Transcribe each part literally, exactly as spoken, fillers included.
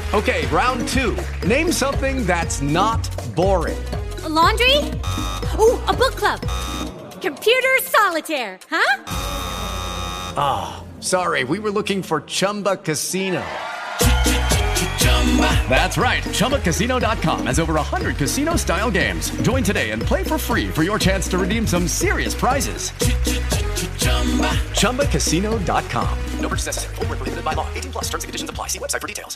Okay, round two. Name something that's not boring. A laundry? Ooh, a book club. Computer solitaire, huh? Ah, oh, sorry, we were looking for Chumba Casino. That's right, Chumba Casino dot com has over one hundred casino-style games. Join today and play for free for your chance to redeem some serious prizes. Chumba Casino dot com. No purchase necessary. Void where prohibited by law. eighteen plus terms and conditions apply. See website for details.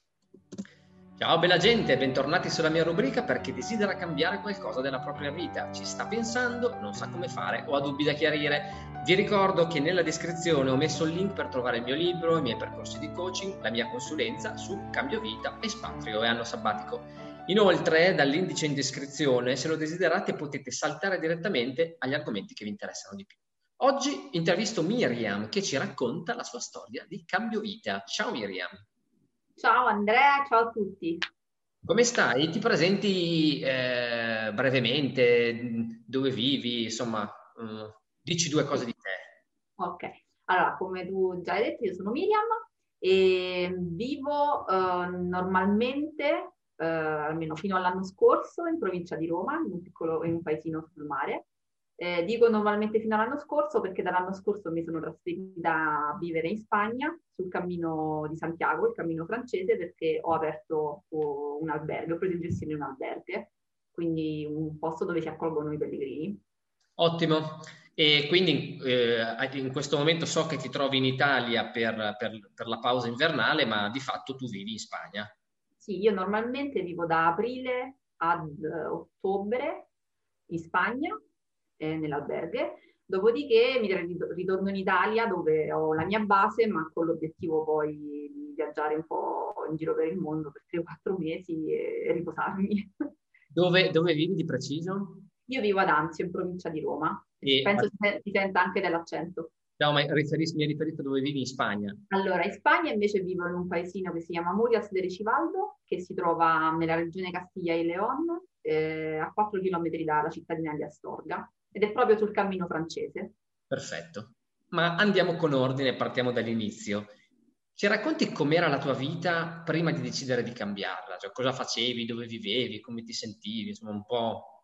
Ciao bella gente, bentornati sulla mia rubrica per chi desidera cambiare qualcosa della propria vita, ci sta pensando, non sa come fare o ha dubbi da chiarire. Vi ricordo che nella descrizione ho messo il link per trovare il mio libro, i miei percorsi di coaching, la mia consulenza su cambio vita, espatrio e anno sabbatico. Inoltre, dall'indice in descrizione, se lo desiderate potete saltare direttamente agli argomenti che vi interessano di più. Oggi intervisto Miriam che ci racconta la sua storia di cambio vita. Ciao Miriam. Ciao Andrea, ciao a tutti. Come stai? Ti presenti eh, brevemente, dove vivi, insomma, eh, dici due cose di te. Ok, allora come tu già hai detto io sono Miriam e vivo eh, normalmente, eh, almeno fino all'anno scorso, in provincia di Roma, in un piccolo, in un paesino sul mare. Eh, dico normalmente fino all'anno scorso perché dall'anno scorso mi sono trasferita a vivere in Spagna sul cammino di Santiago, il cammino francese, perché ho aperto oh, un albergo, ho preso in gestione un albergue, quindi un posto dove si accolgono i pellegrini. Ottimo. E quindi eh, in questo momento so che ti trovi in Italia per, per, per la pausa invernale, ma di fatto tu vivi in Spagna. Sì, io normalmente vivo da aprile ad uh, ottobre in Spagna, nell'albergue, dopodiché mi ritorno in Italia dove ho la mia base, ma con l'obiettivo poi di viaggiare un po' in giro per il mondo per tre o quattro mesi e riposarmi. Dove, dove vivi di preciso? Io vivo ad Anzio, in provincia di Roma. E penso ma... si senta anche dall'accento. No, ma riferis- mi hai riferito dove vivi in Spagna? Allora, in Spagna invece vivo in un paesino che si chiama Murias de Recibaldo, che si trova nella regione Castilla e León, eh, a quattro chilometri dalla cittadina di Astorga. Ed è proprio sul cammino francese. Perfetto. Ma andiamo con ordine, partiamo dall'inizio. Ci racconti com'era la tua vita prima di decidere di cambiarla? Cioè, cosa facevi, dove vivevi, come ti sentivi? Insomma, un po'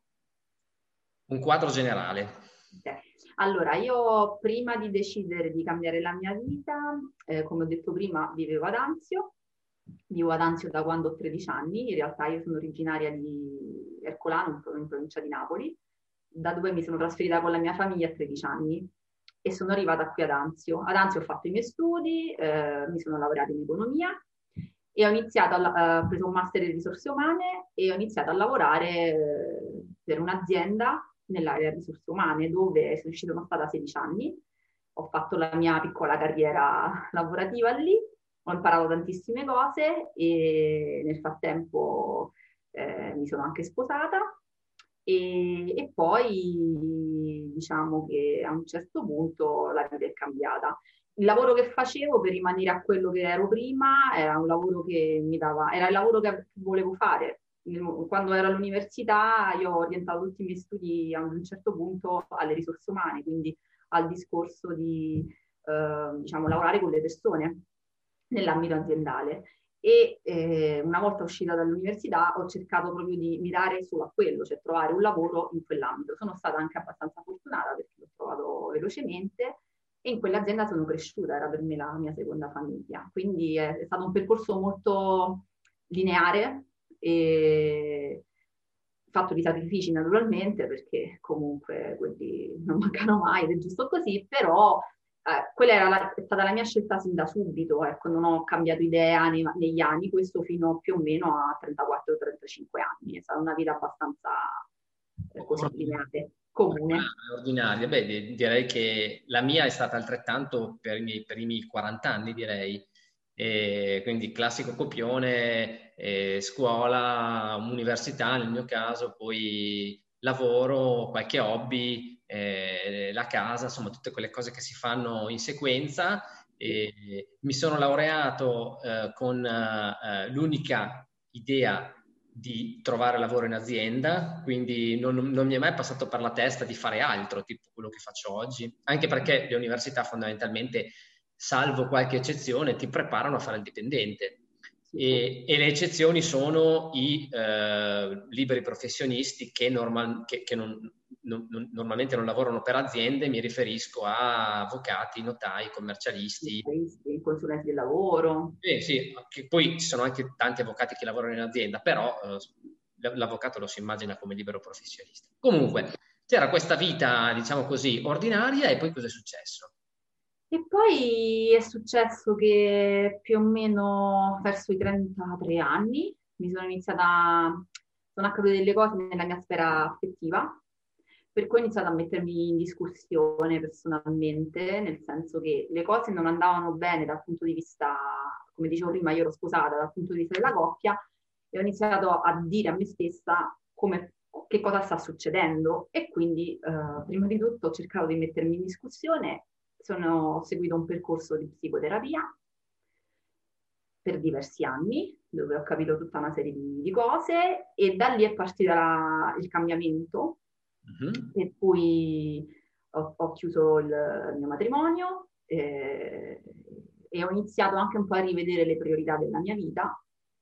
un quadro generale. Okay. Allora, io prima di decidere di cambiare la mia vita, eh, come ho detto prima, vivevo ad Anzio. Vivo ad Anzio da quando ho tredici anni. In realtà io sono originaria di Ercolano, in provincia di Napoli, da dove mi sono trasferita con la mia famiglia a tredici anni e sono arrivata qui ad Anzio. Ad Anzio ho fatto i miei studi, eh, mi sono laureata in economia e ho iniziato, a, ho preso un master in risorse umane e ho iniziato a lavorare eh, per un'azienda nell'area risorse umane dove sono, ci sono stata sedici anni. Ho fatto la mia piccola carriera lavorativa lì, ho imparato tantissime cose e nel frattempo eh, mi sono anche sposata. E, e poi diciamo che a un certo punto la vita è cambiata. Il lavoro che facevo per rimanere a quello che ero prima era un lavoro che mi dava, era il lavoro che volevo fare. Quando ero all'università io ho orientato tutti i miei studi a un certo punto alle risorse umane, quindi al discorso di eh, diciamo, lavorare con le persone nell'ambito aziendale. E eh, una volta uscita dall'università ho cercato proprio di mirare solo a quello, cioè trovare un lavoro in quell'ambito. Sono stata anche abbastanza fortunata perché l'ho trovato velocemente e in quell'azienda sono cresciuta, era per me la mia seconda famiglia. Quindi è, è stato un percorso molto lineare e fatto di sacrifici naturalmente, perché comunque quelli non mancano mai ed è giusto così, però Eh, quella era la, è stata la mia scelta sin da subito, ecco, non ho cambiato idea nei, negli anni, questo fino più o meno a trentaquattro trentacinque anni, è stata una vita abbastanza eh, così lineare, comune. Ordinaria, beh, direi che la mia è stata altrettanto per i miei primi quaranta anni, direi, e quindi classico copione, eh, scuola, università nel mio caso, poi lavoro, qualche hobby, eh, la casa, insomma tutte quelle cose che si fanno in sequenza. E mi sono laureato eh, con eh, l'unica idea di trovare lavoro in azienda, quindi non, non mi è mai passato per la testa di fare altro, tipo quello che faccio oggi, anche perché le università fondamentalmente, salvo qualche eccezione, ti preparano a fare il dipendente. sì. E, e le eccezioni sono i eh, liberi professionisti che, normal, che, che non, non, non, normalmente non lavorano per aziende. Mi riferisco a avvocati, notai, commercialisti. I consulenti del lavoro. Eh, sì, che poi ci sono anche tanti avvocati che lavorano in azienda, però eh, l'avvocato lo si immagina come libero professionista. Comunque, c'era questa vita, diciamo così, ordinaria, e poi cosa è successo? E poi è successo che più o meno verso i trentatré anni mi sono iniziata, sono accadute delle cose nella mia sfera affettiva, per cui ho iniziato a mettermi in discussione personalmente, nel senso che le cose non andavano bene dal punto di vista, come dicevo prima, io ero sposata, dal punto di vista della coppia, e ho iniziato a dire a me stessa come, che cosa sta succedendo, e quindi eh, prima di tutto ho cercato di mettermi in discussione. Sono, ho seguito un percorso di psicoterapia per diversi anni, dove ho capito tutta una serie di, di cose, e da lì è partito la, il cambiamento, uh-huh. Per cui ho, ho chiuso il, il mio matrimonio eh, e ho iniziato anche un po' a rivedere le priorità della mia vita,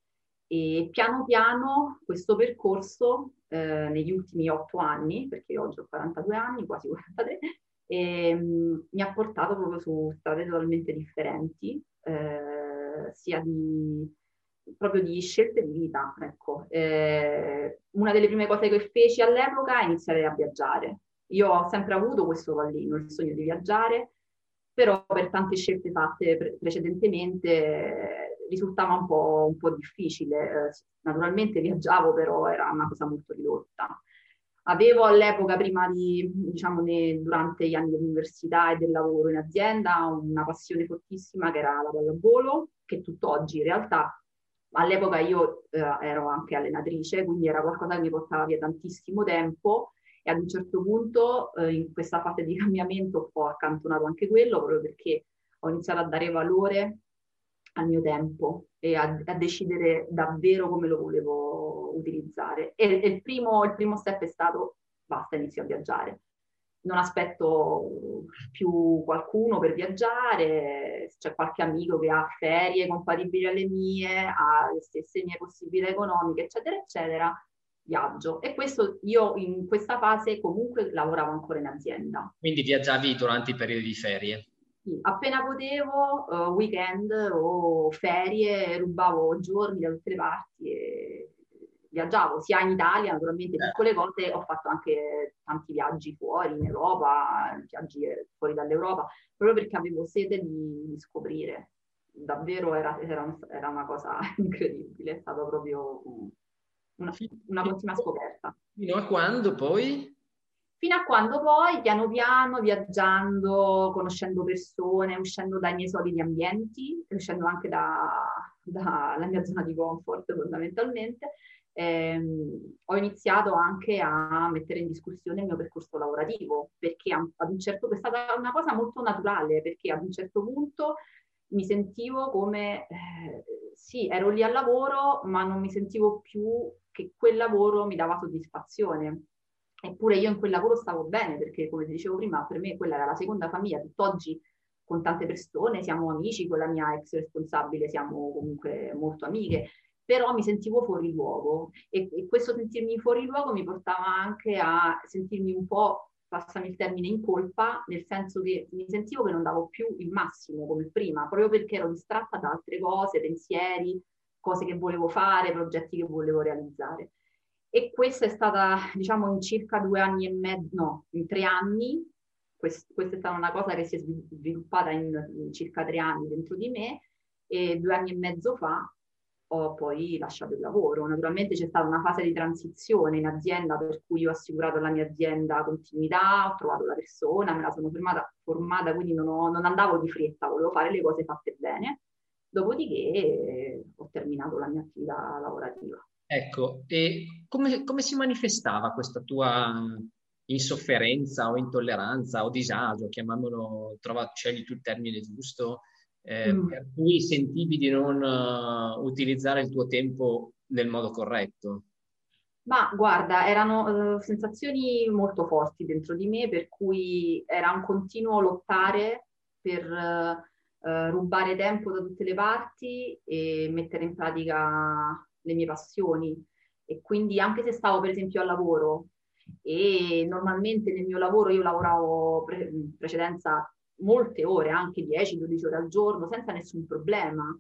e piano piano questo percorso eh, negli ultimi otto anni, perché oggi ho quarantadue anni, quasi quarantatré, e, um, mi ha portato proprio su strade totalmente differenti, eh, sia di proprio di scelte di vita, ecco. Eh, una delle prime cose che feci all'epoca è iniziare a viaggiare. Io ho sempre avuto questo pallino, il sogno di viaggiare, però per tante scelte fatte pre- precedentemente eh, risultava un po', un po' difficile. Eh, naturalmente viaggiavo, però era una cosa molto ridotta. Avevo all'epoca, prima di, diciamo, ne, durante gli anni dell'università e del lavoro in azienda, una passione fortissima che era la pallavolo, che tutt'oggi in realtà, all'epoca io eh, ero anche allenatrice, quindi era qualcosa che mi portava via tantissimo tempo, e ad un certo punto eh, in questa fase di cambiamento ho accantonato anche quello, proprio perché ho iniziato a dare valore al mio tempo e a, a decidere davvero come lo volevo utilizzare. E, e il, primo, il primo step è stato: basta, inizio a viaggiare. Non aspetto più qualcuno per viaggiare, se c'è qualche amico che ha ferie compatibili alle mie, ha le stesse mie possibilità economiche, eccetera, eccetera, viaggio. E questo, io in questa fase comunque lavoravo ancora in azienda. Quindi viaggiavi durante i periodi di ferie? Sì, appena potevo, uh, weekend o ferie, rubavo giorni da tutte le parti e viaggiavo sia in Italia, naturalmente piccole cose, ho fatto anche tanti viaggi fuori in Europa, viaggi fuori dall'Europa, proprio perché avevo sede di, di scoprire. Davvero era, era, era una cosa incredibile, è stata proprio una, una continua scoperta. Fino a quando poi? Fino a quando poi, piano piano, viaggiando, conoscendo persone, uscendo dai miei soliti ambienti, uscendo anche dalla da mia zona di comfort fondamentalmente, ehm, ho iniziato anche a mettere in discussione il mio percorso lavorativo, perché ad un certo punto è stata una cosa molto naturale, perché ad un certo punto mi sentivo come, eh, sì, ero lì al lavoro, ma non mi sentivo più che quel lavoro mi dava soddisfazione. Eppure io in quel lavoro stavo bene, perché come ti dicevo prima, per me quella era la seconda famiglia. Tutt'oggi con tante persone siamo amici, con la mia ex responsabile siamo comunque molto amiche, però mi sentivo fuori luogo, e, e questo sentirmi fuori luogo mi portava anche a sentirmi un po', passami il termine, in colpa, nel senso che mi sentivo che non davo più il massimo come prima, proprio perché ero distratta da altre cose, pensieri, cose che volevo fare, progetti che volevo realizzare. E questa è stata, diciamo, in circa due anni e mezzo, no, in tre anni, quest- questa è stata una cosa che si è sviluppata in, in circa tre anni dentro di me, e due anni e mezzo fa ho poi lasciato il lavoro. Naturalmente c'è stata una fase di transizione in azienda, per cui ho assicurato alla mia azienda continuità, ho trovato la persona, me la sono formata, formata quindi non, ho, non andavo di fretta, volevo fare le cose fatte bene. Dopodiché eh, ho terminato la mia attività lavorativa. Ecco, e come, come si manifestava questa tua insofferenza o intolleranza o disagio, chiamiamolo, trova, scegli tu il termine giusto, eh, mm. per cui sentivi di non uh, utilizzare il tuo tempo nel modo corretto? Ma guarda, erano uh, sensazioni molto forti dentro di me, per cui era un continuo lottare per uh, eh, rubare tempo da tutte le parti e mettere in pratica le mie passioni. E quindi anche se stavo per esempio al lavoro, e normalmente nel mio lavoro io lavoravo pre- in precedenza molte ore, anche dieci dodici ore al giorno, senza nessun problema.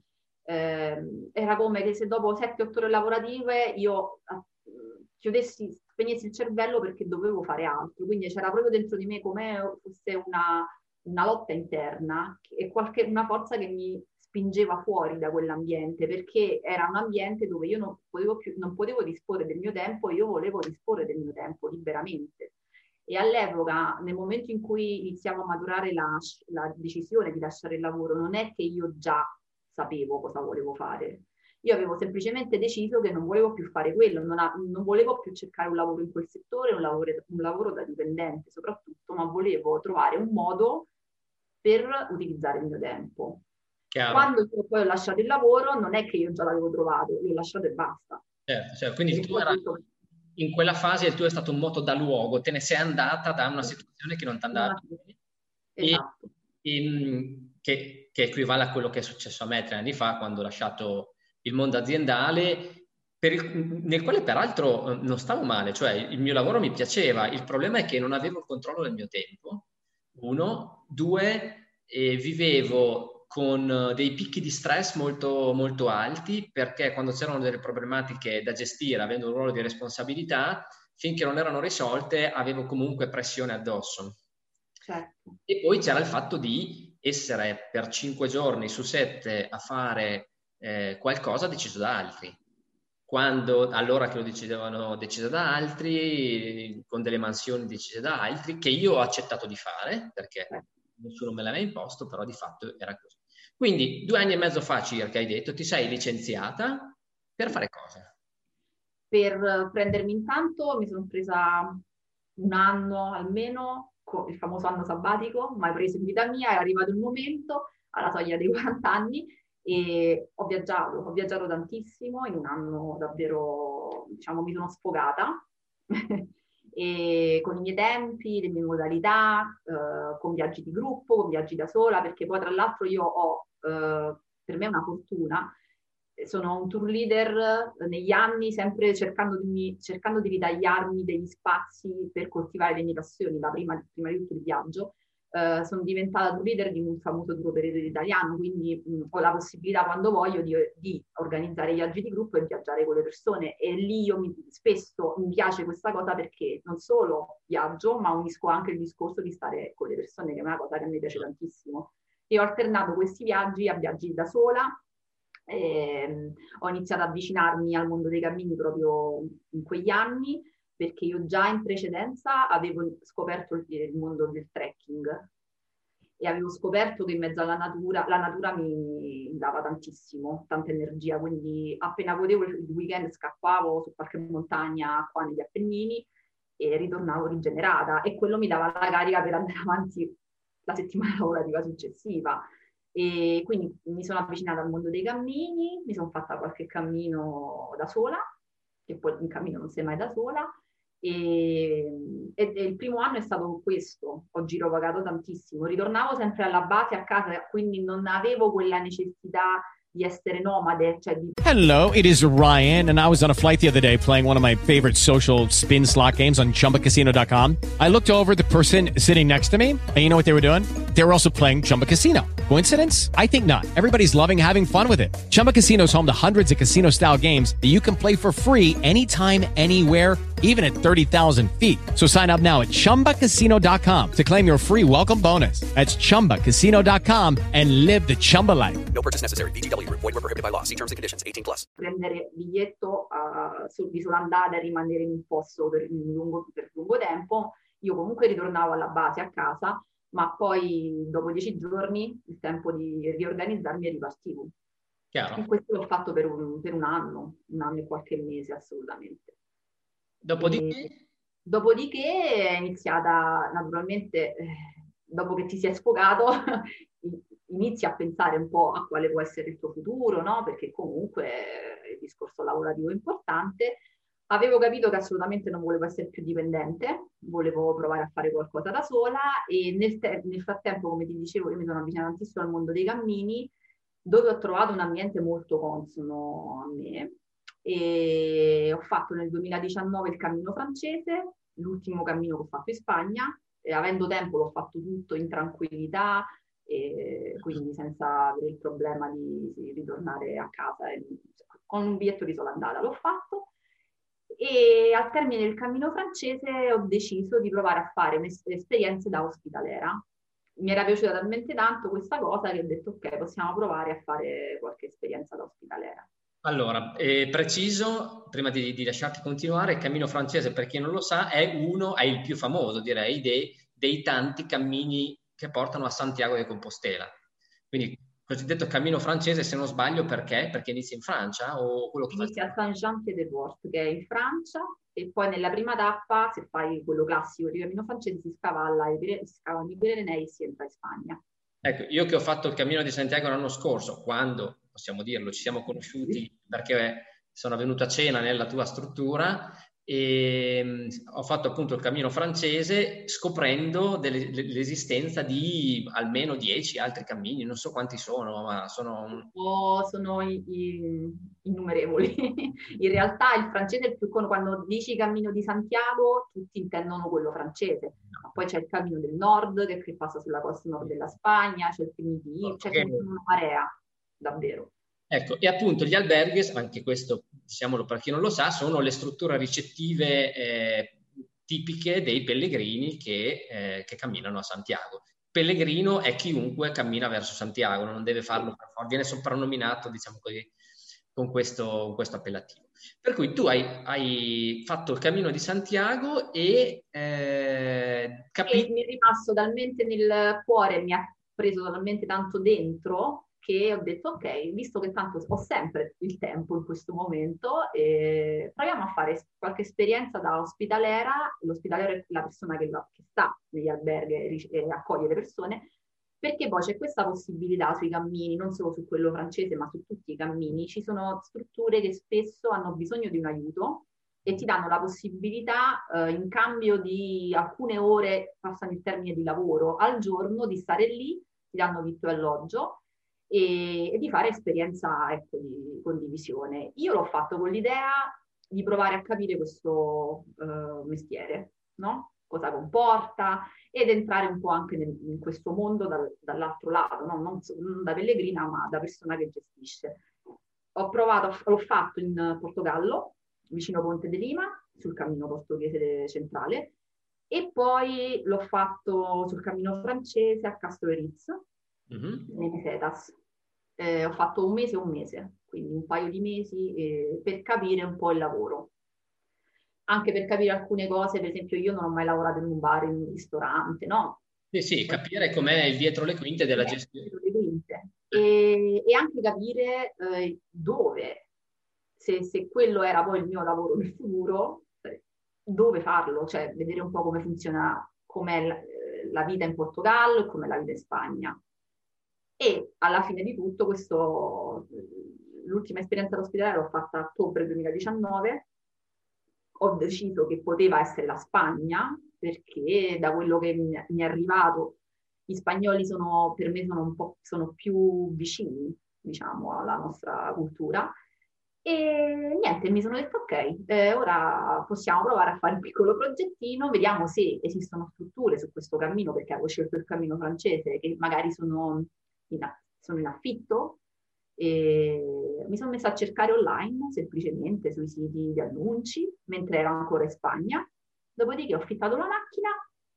Eh, era come che se dopo sette otto ore lavorative io eh, chiudessi, spegnessi il cervello perché dovevo fare altro. Quindi c'era proprio dentro di me come fosse una, una lotta interna e qualche, una forza che mi spingeva fuori da quell'ambiente, perché era un ambiente dove io non potevo più, non potevo disporre del mio tempo, io volevo disporre del mio tempo liberamente. E all'epoca, nel momento in cui iniziavo a maturare la, la decisione di lasciare il lavoro, non è che io già sapevo cosa volevo fare. Io avevo semplicemente deciso che non volevo più fare quello, non, ha, non volevo più cercare un lavoro in quel settore, un lavoro, un lavoro da dipendente soprattutto, ma volevo trovare un modo per utilizzare il mio tempo. Chiaro. Quando io poi ho lasciato il lavoro, non è che io già l'avevo trovato, l'ho lasciato e basta. Certo, certo. Quindi E tu era, tutto... in quella fase il tuo è stato un moto da luogo, te ne sei andata da una situazione che non ti andava bene. Esatto. E, e, che, che equivale a quello che è successo a me tre anni fa, quando ho lasciato il mondo aziendale, per il, nel quale peraltro non stavo male, cioè il mio lavoro mi piaceva, il problema è che non avevo il controllo del mio tempo, uno, due, eh, vivevo con dei picchi di stress molto, molto alti, perché quando c'erano delle problematiche da gestire, avendo un ruolo di responsabilità, finché non erano risolte, avevo comunque pressione addosso. Certo. E poi c'era il fatto di essere per cinque giorni su sette a fare eh, qualcosa deciso da altri. Quando, allora che lo decidevano deciso da altri, con delle mansioni decise da altri, che io ho accettato di fare, perché nessuno me l'aveva imposto, però di fatto era così. Quindi due anni e mezzo fa circa, hai detto, ti sei licenziata per fare cosa? Per prendermi intanto mi sono presa un anno almeno, il famoso anno sabbatico, mai preso in vita mia, è arrivato il momento, alla soglia dei quaranta anni, e ho viaggiato, ho viaggiato tantissimo, in un anno davvero, diciamo, mi sono sfogata, e con i miei tempi, le mie modalità, eh, con viaggi di gruppo, con viaggi da sola, perché poi tra l'altro io ho, eh, per me è una fortuna, sono un tour leader negli anni, sempre cercando di, cercando di ritagliarmi degli spazi per coltivare le mie passioni, la prima, prima di tutto il viaggio. Uh, sono diventata tour leader di un famoso tour operator italiano, quindi mh, ho la possibilità quando voglio di, di organizzare viaggi di gruppo e viaggiare con le persone, e lì io mi, spesso mi piace questa cosa perché non solo viaggio, ma unisco anche il discorso di stare con le persone, che è una cosa che a me piace tantissimo. E ho alternato questi viaggi a viaggi da sola. Eh, ho iniziato ad avvicinarmi al mondo dei cammini proprio in quegli anni, perché io già in precedenza avevo scoperto il, il mondo del trekking e avevo scoperto che in mezzo alla natura, la natura mi dava tantissimo, tanta energia, quindi appena potevo il weekend scappavo su qualche montagna qua negli Appennini e ritornavo rigenerata, e quello mi dava la carica per andare avanti la settimana lavorativa successiva. E quindi mi sono avvicinata al mondo dei cammini, mi sono fatta qualche cammino da sola, che poi in cammino non sei mai da sola, e, e, e il primo anno è stato questo, ho girovagato tantissimo, ritornavo sempre alla base a casa, quindi non avevo quella necessità di essere nomade, cioè di... Hello, it is Ryan, and I was on a flight the other day playing one of my favorite social spin slot games on Chumba Casino dot com. I looked over at the person sitting next to me, and you know what they were doing? They were also playing Chumba Casino. Coincidence? I think not. Everybody's loving having fun with it. Chumba Casino is home to hundreds of casino-style games that you can play for free anytime, anywhere, even at thirty thousand feet. So sign up now at Chumba Casino dot com to claim your free welcome bonus. That's Chumba Casino dot com and live the Chumba life. No purchase necessary. V G W. Void where prohibited by law. See terms and conditions. eighteen plus. Prendere biglietto uh, su, di sola andata e rimanere in un posto per lungo, per lungo tempo. Io comunque ritornavo alla base a casa, ma poi dopo dieci giorni il tempo di riorganizzarmi e ripartivo. Chiaro. E questo l'ho fatto per un, per un anno, un anno e qualche mese assolutamente. Dopodiché? E, dopodiché è iniziata naturalmente, eh, dopo che ti si è sfogato, inizi a pensare un po' a quale può essere il tuo futuro, no? Perché comunque il discorso lavorativo è importante. Avevo capito che assolutamente non volevo essere più dipendente, volevo provare a fare qualcosa da sola e nel, te- nel frattempo, come ti dicevo, io mi sono avvicinata tantissimo al mondo dei cammini, dove ho trovato un ambiente molto consono a me e ho fatto nel duemiladiciannove il cammino francese, l'ultimo cammino che ho fatto in Spagna, e avendo tempo l'ho fatto tutto in tranquillità, e quindi senza avere il problema di, di ritornare a casa e, con un biglietto di sola andata l'ho fatto. E al termine del cammino francese ho deciso di provare a fare mes- esperienze da ospitalera. Mi era piaciuta talmente tanto questa cosa che ho detto ok, possiamo provare a fare qualche esperienza da ospitalera. Allora, eh, preciso, prima di, di lasciarti continuare, il cammino francese, per chi non lo sa, è uno, è il più famoso, direi, dei, dei tanti cammini che portano a Santiago de Compostela. Quindi il cosiddetto cammino francese, se non sbaglio, perché? Perché inizia in Francia o quello che Inizia a fa... Saint-Jean-Pied-de-Port, che è in Francia, e poi nella prima tappa, se fai quello classico di cammino francese, si scavalla i Pire- si scavano i Pirenei e si entra in Spagna. Ecco, io che ho fatto il cammino di Santiago l'anno scorso, quando, possiamo dirlo, ci siamo conosciuti perché sono venuto a cena nella tua struttura e mh, ho fatto appunto il cammino francese scoprendo delle- l'esistenza di almeno dieci altri cammini, non so quanti sono, ma sono... un- O sono i- i- innumerevoli. In realtà il francese è il più conosciuto, quando dici Cammino di Santiago, tutti intendono quello francese, ma poi c'è il Cammino del Nord che, che passa sulla costa nord della Spagna, c'è il Primitiv, c'è Ok. una marea, davvero. Ecco, e appunto gli alberghes, anche questo diciamolo per chi non lo sa, sono le strutture ricettive eh, tipiche dei pellegrini che, eh, che camminano a Santiago. Pellegrino è chiunque cammina verso Santiago, non deve farlo per forza, viene soprannominato, diciamo così, con questo, con questo appellativo. Per cui tu hai, hai fatto il cammino di Santiago e eh, E capito. mi è rimasto talmente nel cuore, mi ha preso talmente tanto dentro che ho detto ok, visto che tanto ho sempre il tempo in questo momento, eh, proviamo a fare qualche esperienza da ospitalera. L'ospitalero è la persona che, la- che sta negli alberghi e ric- e accoglie le persone, perché poi c'è questa possibilità sui cammini, non solo su quello francese, ma su tutti i cammini. Ci sono strutture che spesso hanno bisogno di un aiuto e ti danno la possibilità, eh, in cambio di alcune ore, passano il termine di lavoro, al giorno, di stare lì, ti danno vitto e alloggio e, e di fare esperienza, ecco, di condivisione. Io l'ho fatto con l'idea di provare a capire questo eh, mestiere, no? Cosa comporta ed entrare un po' anche nel- in questo mondo dal- dall'altro lato, no? Non, so- non da pellegrina, ma da persona che gestisce. Ho provato, l'ho fatto in Portogallo, vicino Ponte de Lima, sul cammino portoghese centrale, e poi l'ho fatto sul cammino francese a Castro-Eriz, Mhm. nei Pisetas. Eh, ho fatto un mese e un mese, quindi un paio di mesi eh, per capire un po' il lavoro. Anche per capire alcune cose, per esempio io non ho mai lavorato in un bar, in un ristorante, no? Sì, sì, capire com'è il dietro le quinte della gestione. Le quinte. E, e anche capire eh, dove, se, se quello era poi il mio lavoro del futuro, eh, dove farlo, cioè vedere un po' come funziona, com'è la, eh, la vita in Portogallo e com'è la vita in Spagna. E alla fine di tutto, questo, l'ultima esperienza all'ospedale l'ho fatta a ottobre duemiladiciannove, ho deciso che poteva essere la Spagna, perché da quello che mi è, mi è arrivato, gli spagnoli sono, per me sono un po' sono più vicini, diciamo, alla nostra cultura. E niente, mi sono detto ok, eh, ora possiamo provare a fare un piccolo progettino, vediamo se esistono strutture su questo cammino, perché avevo scelto il cammino francese, che magari sono in, sono in affitto. E mi sono messa a cercare online, semplicemente sui siti di annunci, mentre ero ancora in Spagna. Dopodiché ho affittato la macchina,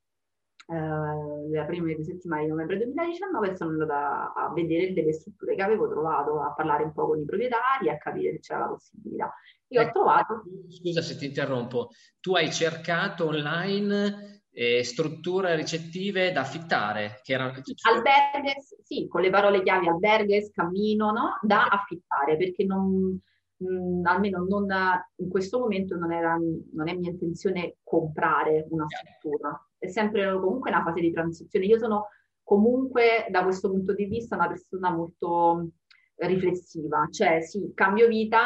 eh, la prima settimana di novembre duemiladiciannove, e sono andata a vedere delle strutture che avevo trovato, a parlare un po' con i proprietari, a capire se c'era la possibilità. Io ho Ecco, trovato... scusa se ti interrompo, tu hai cercato online eh, strutture ricettive da affittare, che erano... Alberghes, sì, con le parole chiave alberghes, cammino, no? Da affittare, perché non, mh, almeno non, in questo momento non, era, non è mia intenzione comprare una struttura. È sempre comunque una fase di transizione. Io sono comunque, da questo punto di vista, una persona molto riflessiva, cioè sì, cambio vita,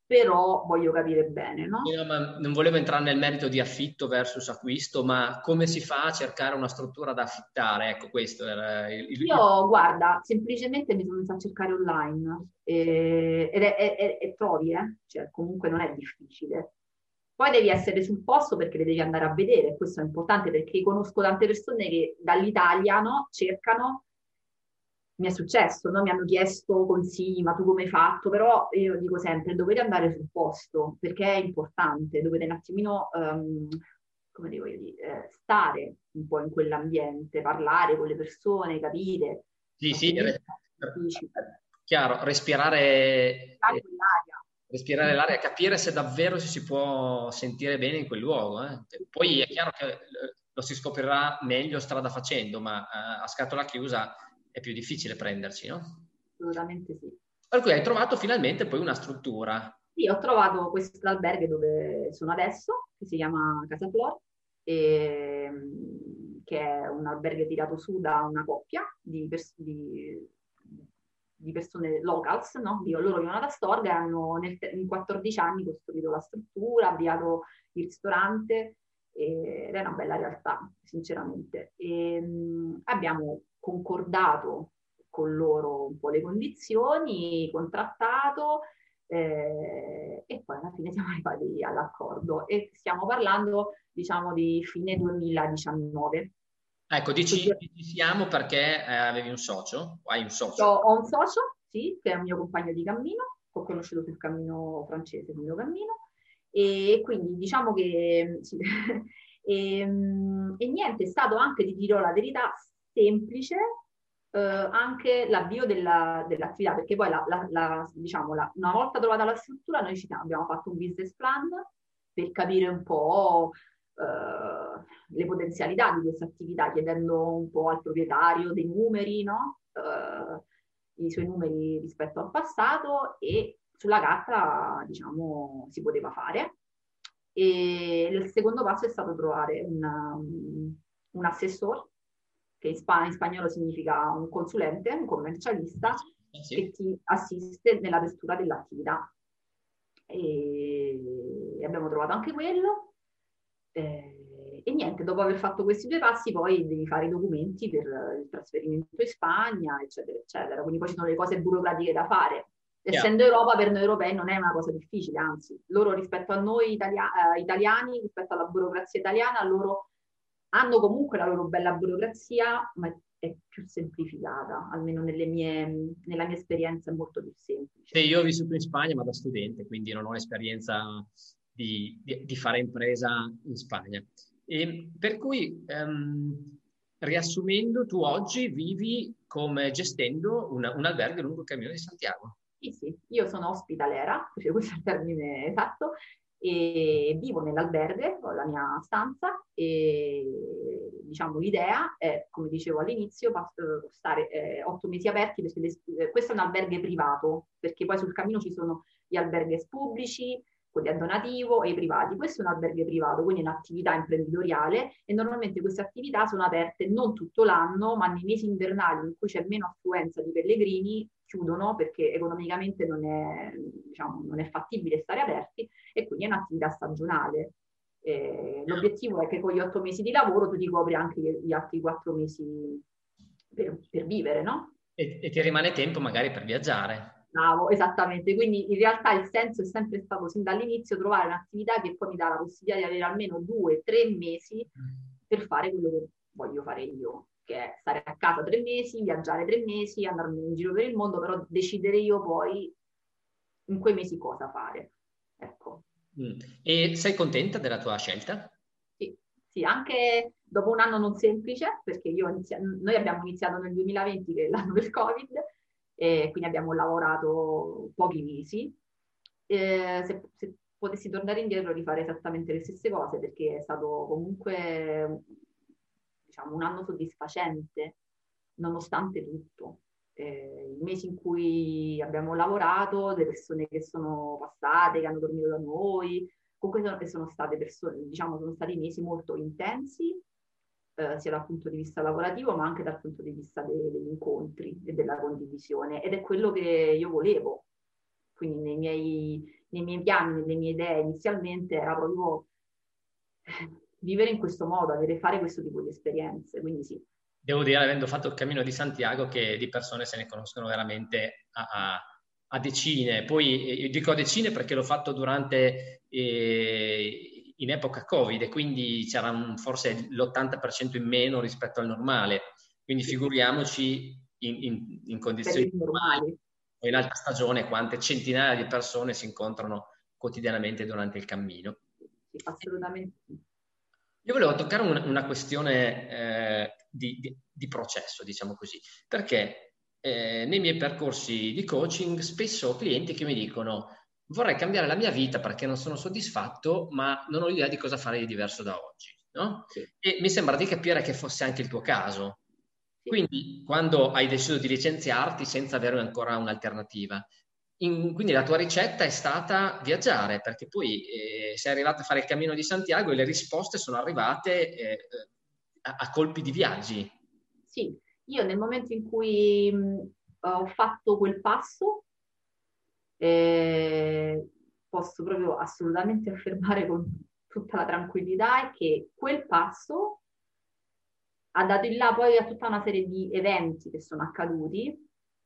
però voglio capire bene, no? No, ma non volevo entrare nel merito di affitto versus acquisto, ma come si fa a cercare una struttura da affittare? Ecco, questo era il... il- Io, guarda, semplicemente mi sono messa a cercare online eh, ed è, è- è- e trovi, eh? Cioè, comunque non è difficile. Poi devi essere sul posto perché le devi andare a vedere, questo è importante perché conosco tante persone che dall'Italia, no, cercano. Mi è successo, no? Mi hanno chiesto consigli, ma tu come hai fatto? Però io dico sempre, dovete andare sul posto, perché è importante, dovete un attimino, ehm, come devo dire, eh, stare un po' in quell'ambiente, parlare con le persone, capire, Sì, sì, altrimenti re- è difficile. chiaro, respirare, Stare eh, quell'aria. respirare l'aria, capire se davvero ci si può sentire bene in quel luogo. eh. Poi è chiaro che eh, lo si scoprirà meglio strada facendo, ma eh, a scatola chiusa è più difficile prenderci, no? Assolutamente sì. Per cui hai trovato finalmente poi una struttura. Sì, ho trovato questo albergo dove sono adesso, che si chiama Casa Flor, e, mm, che è un albergo tirato su da una coppia di, pers- di, di persone locals, no? Di- loro vivono ad Astorga e hanno nel te- in quattordici anni costruito la struttura, avviato il ristorante e- ed è una bella realtà, sinceramente. E, mh, abbiamo concordato con loro un po' le condizioni, contrattato eh, e poi alla fine siamo arrivati all'accordo e stiamo parlando, diciamo, di fine duemiladiciannove. Ecco, dici, Quindi dici siamo perché eh, avevi un socio, o hai un io socio. ho un socio, sì, che è un mio compagno di cammino, che ho conosciuto sul cammino francese, sul mio cammino, e quindi diciamo che sì. E, mm, e niente, è stato anche, ti dirò la verità, semplice eh, anche l'avvio della- dell'attività, perché poi la, la- la- diciamo, la- una volta trovata la struttura, noi ci siamo- abbiamo fatto un business plan per capire un po' eh, le potenzialità di questa attività, chiedendo un po' al proprietario dei numeri, no? Eh, i suoi numeri rispetto al passato e sulla carta, diciamo, si poteva fare. E il secondo passo è stato trovare una- un assessore, che in, spa- in spagnolo significa un consulente, un commercialista, Eh, che sì. ti assiste nell'apertura dell'attività. E abbiamo trovato anche quello. Eh, e niente, dopo aver fatto questi due passi, poi devi fare i documenti per il trasferimento in Spagna, eccetera, eccetera. Quindi poi ci sono le cose burocratiche da fare. Chiaro. Essendo Europa, per noi europei non è una cosa difficile, anzi, loro rispetto a noi italia- eh, italiani, rispetto alla burocrazia italiana, loro hanno comunque la loro bella burocrazia, ma è più semplificata, almeno nelle mie, nella mia esperienza è molto più semplice. Sì, io ho vissuto in Spagna, ma da studente, quindi non ho esperienza di, di- di fare impresa in Spagna. E per cui, ehm, riassumendo, tu oggi vivi come gestendo un, un albergo lungo il Cammino di Santiago. Sì, sì, io sono ospitalera, cioè questo è il termine esatto, e vivo nell'albergue, ho la mia stanza e diciamo l'idea è, come dicevo all'inizio, pas- eh, stare eh, otto mesi aperti perché le- eh, questo è un alberghe privato, perché poi sul cammino ci sono gli alberghi pubblici, quelli a donativo e i privati. Questo è un alberghe privato, quindi è un'attività imprenditoriale e normalmente queste attività sono aperte non tutto l'anno, ma nei mesi invernali in cui c'è meno affluenza di pellegrini chiudono perché economicamente non è, diciamo, non è fattibile stare aperti e quindi è un'attività stagionale. Eh, l'obiettivo è che con gli otto mesi di lavoro tu ti copri anche gli, gli altri quattro mesi per, per vivere, no? E, e ti rimane tempo magari per viaggiare. Bravo, esattamente. Quindi in realtà il senso è sempre stato sin dall'inizio trovare un'attività che poi mi dà la possibilità di avere almeno due, tre mesi per fare quello che voglio fare io, che è stare a casa tre mesi, viaggiare tre mesi, andarmi in giro per il mondo, però decidere io poi in quei mesi cosa fare. Ecco. Mm. E sei contenta della tua scelta? Sì, sì, anche dopo un anno non semplice, perché io inizia- noi abbiamo iniziato nel duemilaventi, che è l'anno del Covid, e quindi abbiamo lavorato pochi mesi. Eh, se, se potessi tornare indietro rifare esattamente le stesse cose, perché è stato comunque, diciamo, un anno soddisfacente, nonostante tutto. Eh, I mesi in cui abbiamo lavorato, le persone che sono passate, che hanno dormito da noi, comunque sono, sono state persone, diciamo, sono stati mesi molto intensi, eh, sia dal punto di vista lavorativo, ma anche dal punto di vista de- degli incontri e della condivisione. Ed è quello che io volevo. Quindi nei miei, nei miei piani, nelle mie idee inizialmente era proprio vivere in questo modo, avere fare questo tipo di esperienze, quindi sì. Devo dire, avendo fatto il Cammino di Santiago, che di persone se ne conoscono veramente a, a, a decine. Poi io dico a decine perché l'ho fatto durante eh, in epoca Covid e quindi c'era un, forse l'ottanta per cento in meno rispetto al normale. Quindi figuriamoci in, in, in condizioni normali o in alta stagione quante centinaia di persone si incontrano quotidianamente durante il cammino. Sì, assolutamente sì. Io volevo toccare una, una questione eh, di, di, di processo, diciamo così, perché eh, nei miei percorsi di coaching spesso ho clienti che mi dicono vorrei cambiare la mia vita perché non sono soddisfatto, ma non ho idea di cosa fare di diverso da oggi, no? Sì. E mi sembra di capire che fosse anche il tuo caso. Sì. Quindi, quando hai deciso di licenziarti senza avere ancora un'alternativa, In, quindi la tua ricetta è stata viaggiare, perché poi eh, sei arrivata a fare il Cammino di Santiago e le risposte sono arrivate eh, a, a colpi di viaggi. Sì, io nel momento in cui mh, ho fatto quel passo, eh, posso proprio assolutamente affermare con tutta la tranquillità che quel passo ha dato il là poi a tutta una serie di eventi che sono accaduti,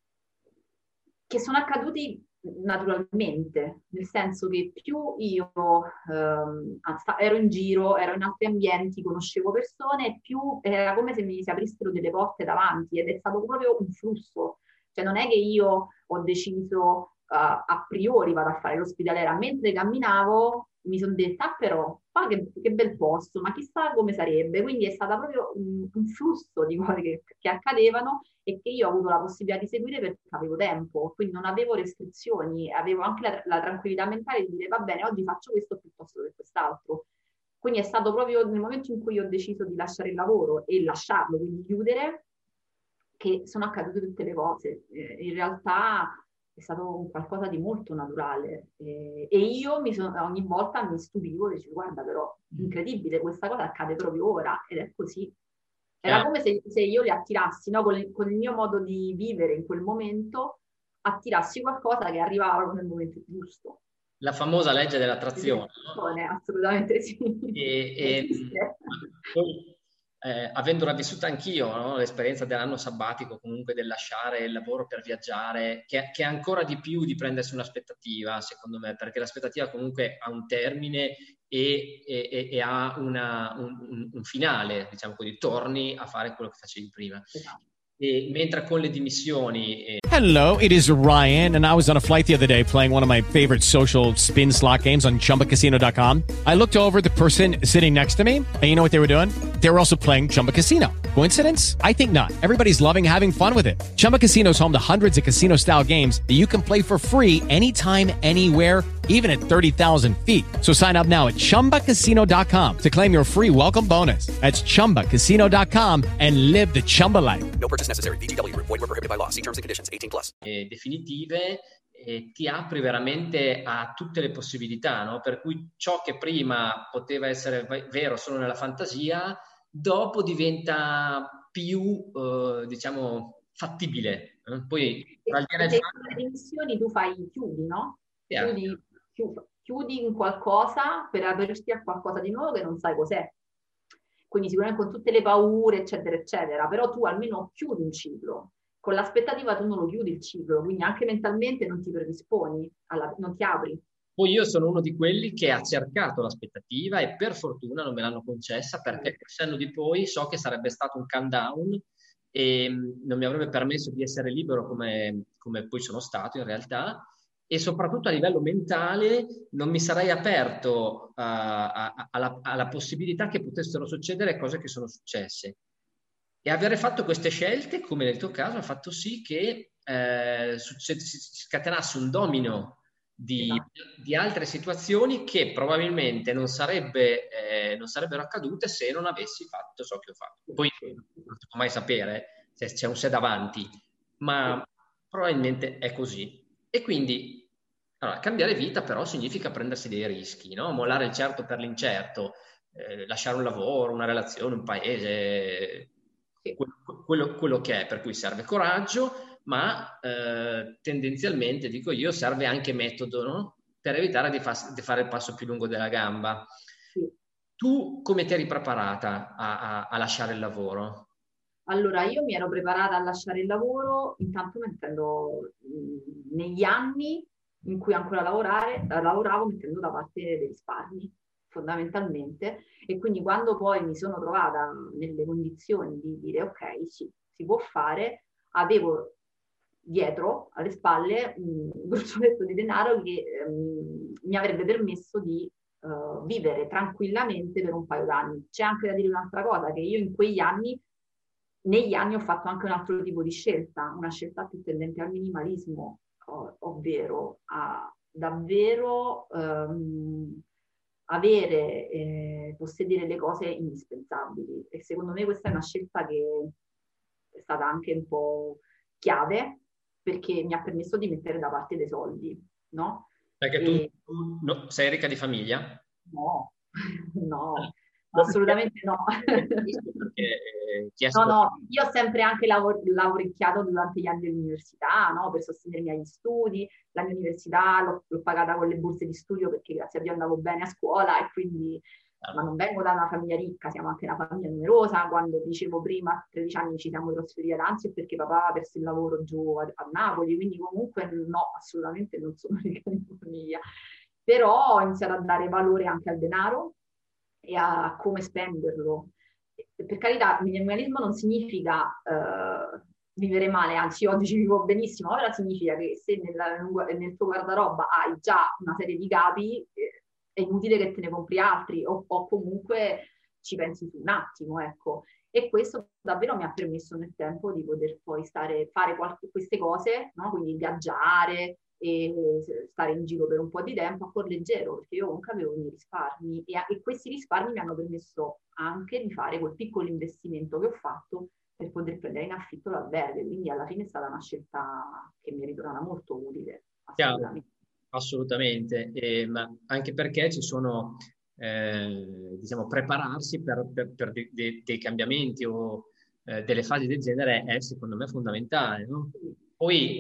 che sono accaduti naturalmente, nel senso che più io ehm, ero in giro, ero in altri ambienti, conoscevo persone, più era come se mi si aprissero delle porte davanti ed è stato proprio un flusso. Cioè non è che io ho deciso uh, a priori vado a fare l'ospedaliera, mentre camminavo mi sono detta, ah, però, ah, che, che bel posto, ma chissà come sarebbe. Quindi è stato proprio un, un flusso di cose che, che accadevano e che io ho avuto la possibilità di seguire perché avevo tempo, quindi non avevo restrizioni, avevo anche la, la tranquillità mentale di dire va bene, oggi faccio questo piuttosto che quest'altro. Quindi è stato proprio nel momento in cui ho deciso di lasciare il lavoro e lasciarlo, quindi chiudere, che sono accadute tutte le cose. Eh, in realtà è stato qualcosa di molto naturale eh, e io mi sono, ogni volta mi stupivo e dicevo guarda però incredibile, questa cosa accade proprio ora ed è così. Era yeah. come se, se io li attirassi, no? con, il, con il mio modo di vivere in quel momento, attirassi qualcosa che arrivava nel momento giusto. La famosa legge dell'attrazione. No? Assolutamente sì. E, e, poi, eh, avendola vissuta anch'io, no? L'esperienza dell'anno sabbatico, comunque del lasciare il lavoro per viaggiare, che, che è ancora di più di prendersi un'aspettativa, secondo me, perché l'aspettativa comunque ha un termine e, e, e ha una, un, un finale, diciamo così, torni a fare quello che facevi prima. Esatto. E mentre con le dimissioni... Eh... Hello, it is Ryan, and I was on a flight the other day playing one of my favorite social spin slot games on Chumba Casino dot com. I looked over at the person sitting next to me, and you know what they were doing? They were also playing Chumba Casino. Coincidence? I think not. Everybody's loving having fun with it. Chumba Casino is home to hundreds of casino-style games that you can play for free anytime, anywhere, even at thirty thousand feet. So sign up now at Chumba Casino dot com to claim your free welcome bonus. That's Chumba Casino dot com and live the Chumba life. No purchase necessary. V G W. Void where prohibited by law. See terms and conditions. eighteen plus. Eh, definitive eh, ti apri veramente a tutte le possibilità, no? Per cui ciò che prima poteva essere vero solo nella fantasia, dopo diventa più, eh, diciamo, fattibile. Eh? Poi tra il dire le dimissioni tu fai chiudi, no? Yeah. Chiudi, chiudi, chiudi in qualcosa per aprirti a qualcosa di nuovo che non sai cos'è. Quindi sicuramente con tutte le paure, eccetera, eccetera, però tu almeno chiudi un ciclo. Con l'aspettativa tu non lo chiudi il ciclo, quindi anche mentalmente non ti predisponi, alla, non ti apri. Poi io sono uno di quelli che ha cercato l'aspettativa e per fortuna non me l'hanno concessa perché col senno di poi so che sarebbe stato un countdown e non mi avrebbe permesso di essere libero come, come poi sono stato in realtà. E soprattutto a livello mentale non mi sarei aperto uh, a, a, alla, alla possibilità che potessero succedere cose che sono successe. E avere fatto queste scelte, come nel tuo caso, ha fatto sì che eh, si scatenasse un domino di, di altre situazioni che probabilmente non, sarebbe, eh, non sarebbero accadute se non avessi fatto ciò che ho fatto. Poi non si può mai sapere se c'è un se davanti, ma probabilmente è così. E quindi allora, cambiare vita però significa prendersi dei rischi, no? Mollare il certo per l'incerto, eh, lasciare un lavoro, una relazione, un paese, quello, quello, quello che è, per cui serve coraggio, ma eh, tendenzialmente, dico io, serve anche metodo, no? per evitare di, fa- di fare il passo più lungo della gamba. Sì. Tu come ti eri preparata a, a, a lasciare il lavoro? Allora, io mi ero preparata a lasciare il lavoro, intanto mettendo mh, negli anni in cui ancora lavorare, lavoravo mettendo da parte dei risparmi, fondamentalmente, e quindi quando poi mi sono trovata nelle condizioni di dire ok, sì, si può fare, avevo dietro, alle spalle, un gruzzoletto di denaro che um, mi avrebbe permesso di uh, vivere tranquillamente per un paio d'anni. C'è anche da dire un'altra cosa, che io in quegli anni, negli anni ho fatto anche un altro tipo di scelta, una scelta più tendente al minimalismo, ov- ovvero a davvero um, avere, eh, possedere le cose indispensabili. E secondo me questa è una scelta che è stata anche un po' chiave, perché mi ha permesso di mettere da parte dei soldi, no? Perché E... tu no, sei ricca di famiglia? No, no, assolutamente no. Perché, eh, no, no, io ho sempre anche lavor- lavoricchiato durante gli anni dell'università, no? Per sostenermi agli studi. La mia università l'ho, l'ho pagata con le borse di studio perché grazie a Dio andavo bene a scuola e quindi... Ma non vengo da una famiglia ricca, siamo anche una famiglia numerosa. Quando dicevo prima, a tredici anni ci siamo trasferiti ad Anzio perché papà ha perso il lavoro giù a, a Napoli, quindi comunque no, assolutamente non sono ricca di famiglia. Però ho iniziato a dare valore anche al denaro e a come spenderlo. E per carità, il minimalismo non significa uh, vivere male, anzi oggi ci vivo benissimo, ora significa che se nella, nel tuo guardaroba hai già una serie di capi, eh, è inutile che te ne compri altri o, o comunque ci pensi su un attimo, ecco. E questo davvero mi ha permesso nel tempo di poter poi stare, fare qualche, queste cose, no? Quindi viaggiare e stare in giro per un po' di tempo a cuor leggero, perché io comunque avevo i miei risparmi e, e questi risparmi mi hanno permesso anche di fare quel piccolo investimento che ho fatto per poter prendere in affitto l'albergo, quindi alla fine è stata una scelta che mi è ritornata molto utile, assolutamente. Assolutamente, e, ma anche perché ci sono, eh, diciamo, prepararsi per, per, per de, de, dei cambiamenti o eh, delle fasi del genere è secondo me fondamentale, no? Poi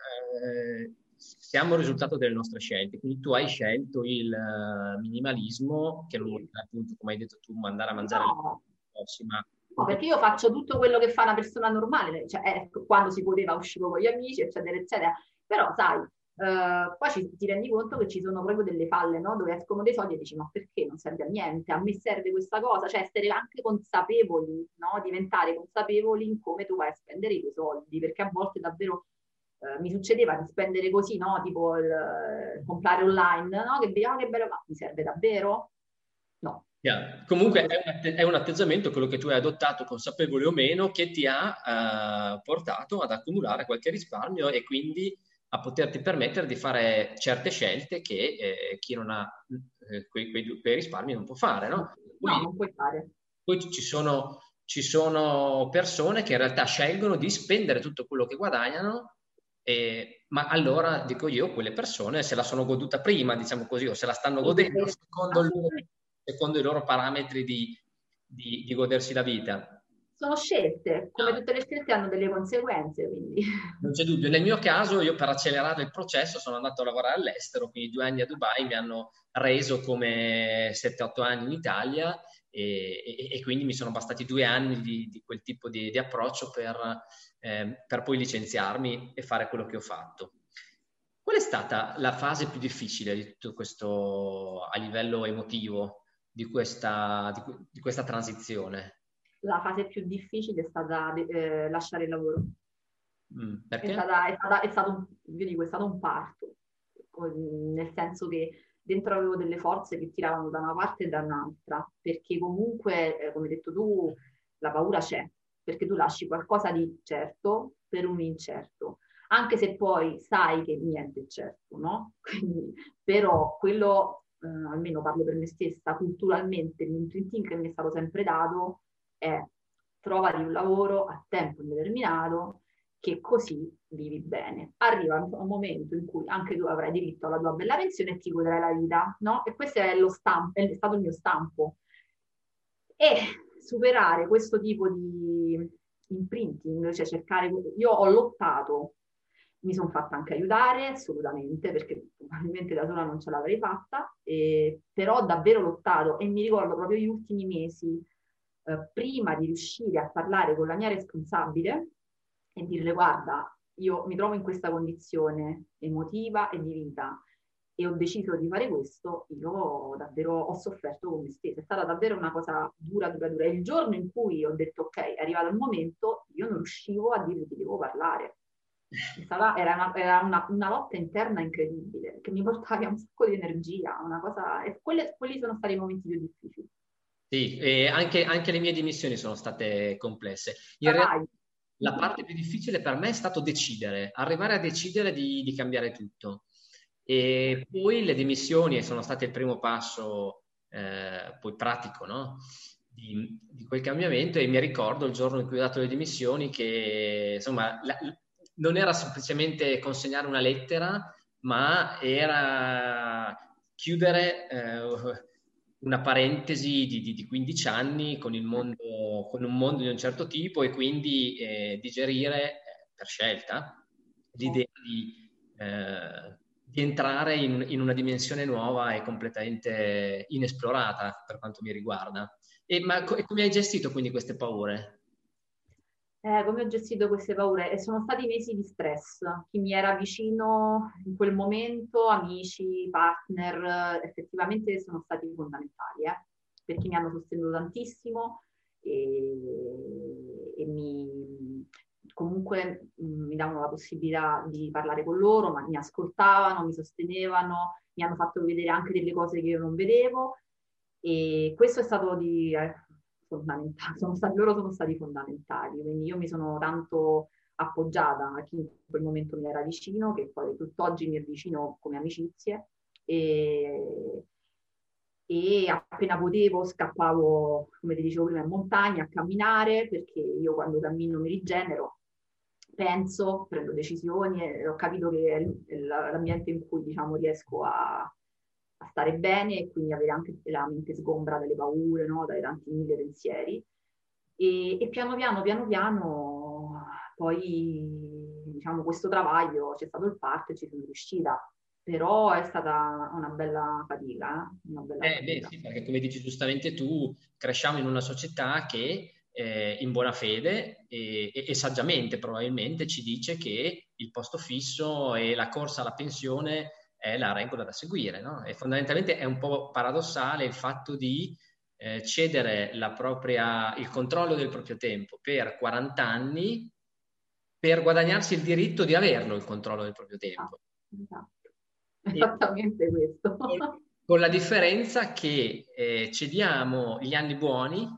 eh, siamo il risultato delle nostre scelte, quindi tu hai scelto il uh, minimalismo, che non vuol dire appunto, come hai detto tu, andare a mangiare no. la prossima. No, perché io faccio tutto quello che fa una persona normale, cioè ecco, quando si poteva uscivo con gli amici, eccetera, eccetera. Però sai, Uh, poi ci, ti rendi conto che ci sono proprio delle falle, no? Dove escono dei soldi e dici ma perché non serve a niente, a me serve questa cosa, cioè essere anche consapevoli, no? Diventare consapevoli in come tu vai a spendere i tuoi soldi, perché a volte davvero uh, mi succedeva di spendere così, no? Tipo il, uh, comprare online, no? Che vediamo, oh, che bello, ma mi serve davvero? No. Yeah. Comunque è un, atte- è un atteggiamento, quello che tu hai adottato, consapevole o meno, che ti ha uh, portato ad accumulare qualche risparmio e quindi a poterti permettere di fare certe scelte che eh, chi non ha eh, quei, quei, quei risparmi non può fare, no? Poi, no, non puoi fare. Poi ci sono, ci sono persone che in realtà scelgono di spendere tutto quello che guadagnano, eh, ma allora, dico io, quelle persone se la sono goduta prima, diciamo così, o se la stanno godendo secondo, il loro, secondo i loro parametri di, di, di godersi la vita. Sono scelte, come tutte le scelte hanno delle conseguenze, quindi... Non c'è dubbio. Nel mio caso, io per accelerare il processo sono andato a lavorare all'estero, quindi due anni a Dubai mi hanno reso come sette otto anni in Italia e, e, e quindi mi sono bastati due anni di, di quel tipo di, di approccio per, eh, per poi licenziarmi e fare quello che ho fatto. Qual è stata la fase più difficile di tutto questo a livello emotivo, di questa, di, di questa transizione? La fase più difficile è stata eh, lasciare il lavoro. Mm, perché? È, stata, è, stata, è, stato un, io dico, è stato un parto, nel senso che dentro avevo delle forze che tiravano da una parte e da un'altra, perché comunque, eh, come hai detto tu, la paura c'è, perché tu lasci qualcosa di certo per un incerto, anche se poi sai che niente è certo, no? Quindi, però quello, eh, almeno parlo per me stessa, culturalmente, l'imprinting che mi è stato sempre dato è trovare un lavoro a tempo indeterminato che così vivi bene. Arriva un momento in cui anche tu avrai diritto alla tua bella pensione e ti godrai la vita, no? E questo è lo stampo, è stato il mio stampo. E superare questo tipo di imprinting, cioè cercare... Io ho lottato mi sono fatta anche aiutare, assolutamente, perché probabilmente da sola non ce l'avrei fatta, e, però ho davvero lottato e mi ricordo proprio gli ultimi mesi, eh, prima di riuscire a parlare con la mia responsabile e dirle: guarda, io mi trovo in questa condizione emotiva e di vita e ho deciso di fare questo, io davvero ho sofferto con me stessa. È stata davvero una cosa dura, dura, dura. E il giorno in cui ho detto ok, è arrivato il momento, io non riuscivo a dire che devo parlare. Stava, era una, era una, una lotta interna incredibile, che mi portava via un sacco di energia, una cosa, e quelle, quelli sono stati i momenti più difficili. Sì, e anche, anche le mie dimissioni sono state complesse. In realtà la parte più difficile per me è stato decidere, arrivare a decidere di, di cambiare tutto. E poi le dimissioni sono state il primo passo, eh, poi pratico, no? Di, di quel cambiamento. E mi ricordo il giorno in cui ho dato le dimissioni che, insomma, la, non era semplicemente consegnare una lettera, ma era chiudere eh, una parentesi di, di, di quindici anni con, il mondo, con un mondo di un certo tipo, e quindi eh, digerire eh, per scelta l'idea di, eh, di entrare in, in una dimensione nuova e completamente inesplorata per quanto mi riguarda. E, ma co- come hai gestito quindi queste paure? Eh, come ho gestito queste paure? E sono stati mesi di stress. Chi mi era vicino in quel momento, amici, partner, effettivamente sono stati fondamentali, eh, perché mi hanno sostenuto tantissimo e, e mi, comunque mh, mi davano la possibilità di parlare con loro, ma mi ascoltavano, mi sostenevano, mi hanno fatto vedere anche delle cose che io non vedevo, e questo è stato di... Eh, fondamentali, sono stati, loro sono stati fondamentali, quindi io mi sono tanto appoggiata a chi in quel momento mi era vicino, che poi tutt'oggi mi è vicino come amicizie, e, e appena potevo scappavo, come ti dicevo prima, in montagna a camminare, perché io quando cammino mi rigenero, penso, prendo decisioni, e ho capito che è l'ambiente in cui, diciamo, riesco a a stare bene e quindi avere anche la mente sgombra dalle paure, no? Dai tanti mille pensieri. E, e piano piano, piano piano, poi, diciamo, questo travaglio, c'è stato il parto e ci sono riuscita. Però è stata una bella fatica. Eh? Una bella Eh, fatica. beh, sì, perché come dici giustamente tu, cresciamo in una società che eh, in buona fede e, e, e saggiamente probabilmente ci dice che il posto fisso e la corsa alla pensione è la regola da seguire, no? E fondamentalmente è un po' paradossale il fatto di eh, cedere la propria, il controllo del proprio tempo per quaranta anni per guadagnarsi il diritto di averlo il controllo del proprio tempo. Ah, esatto. Esattamente questo. Con, con la differenza che eh, cediamo gli anni buoni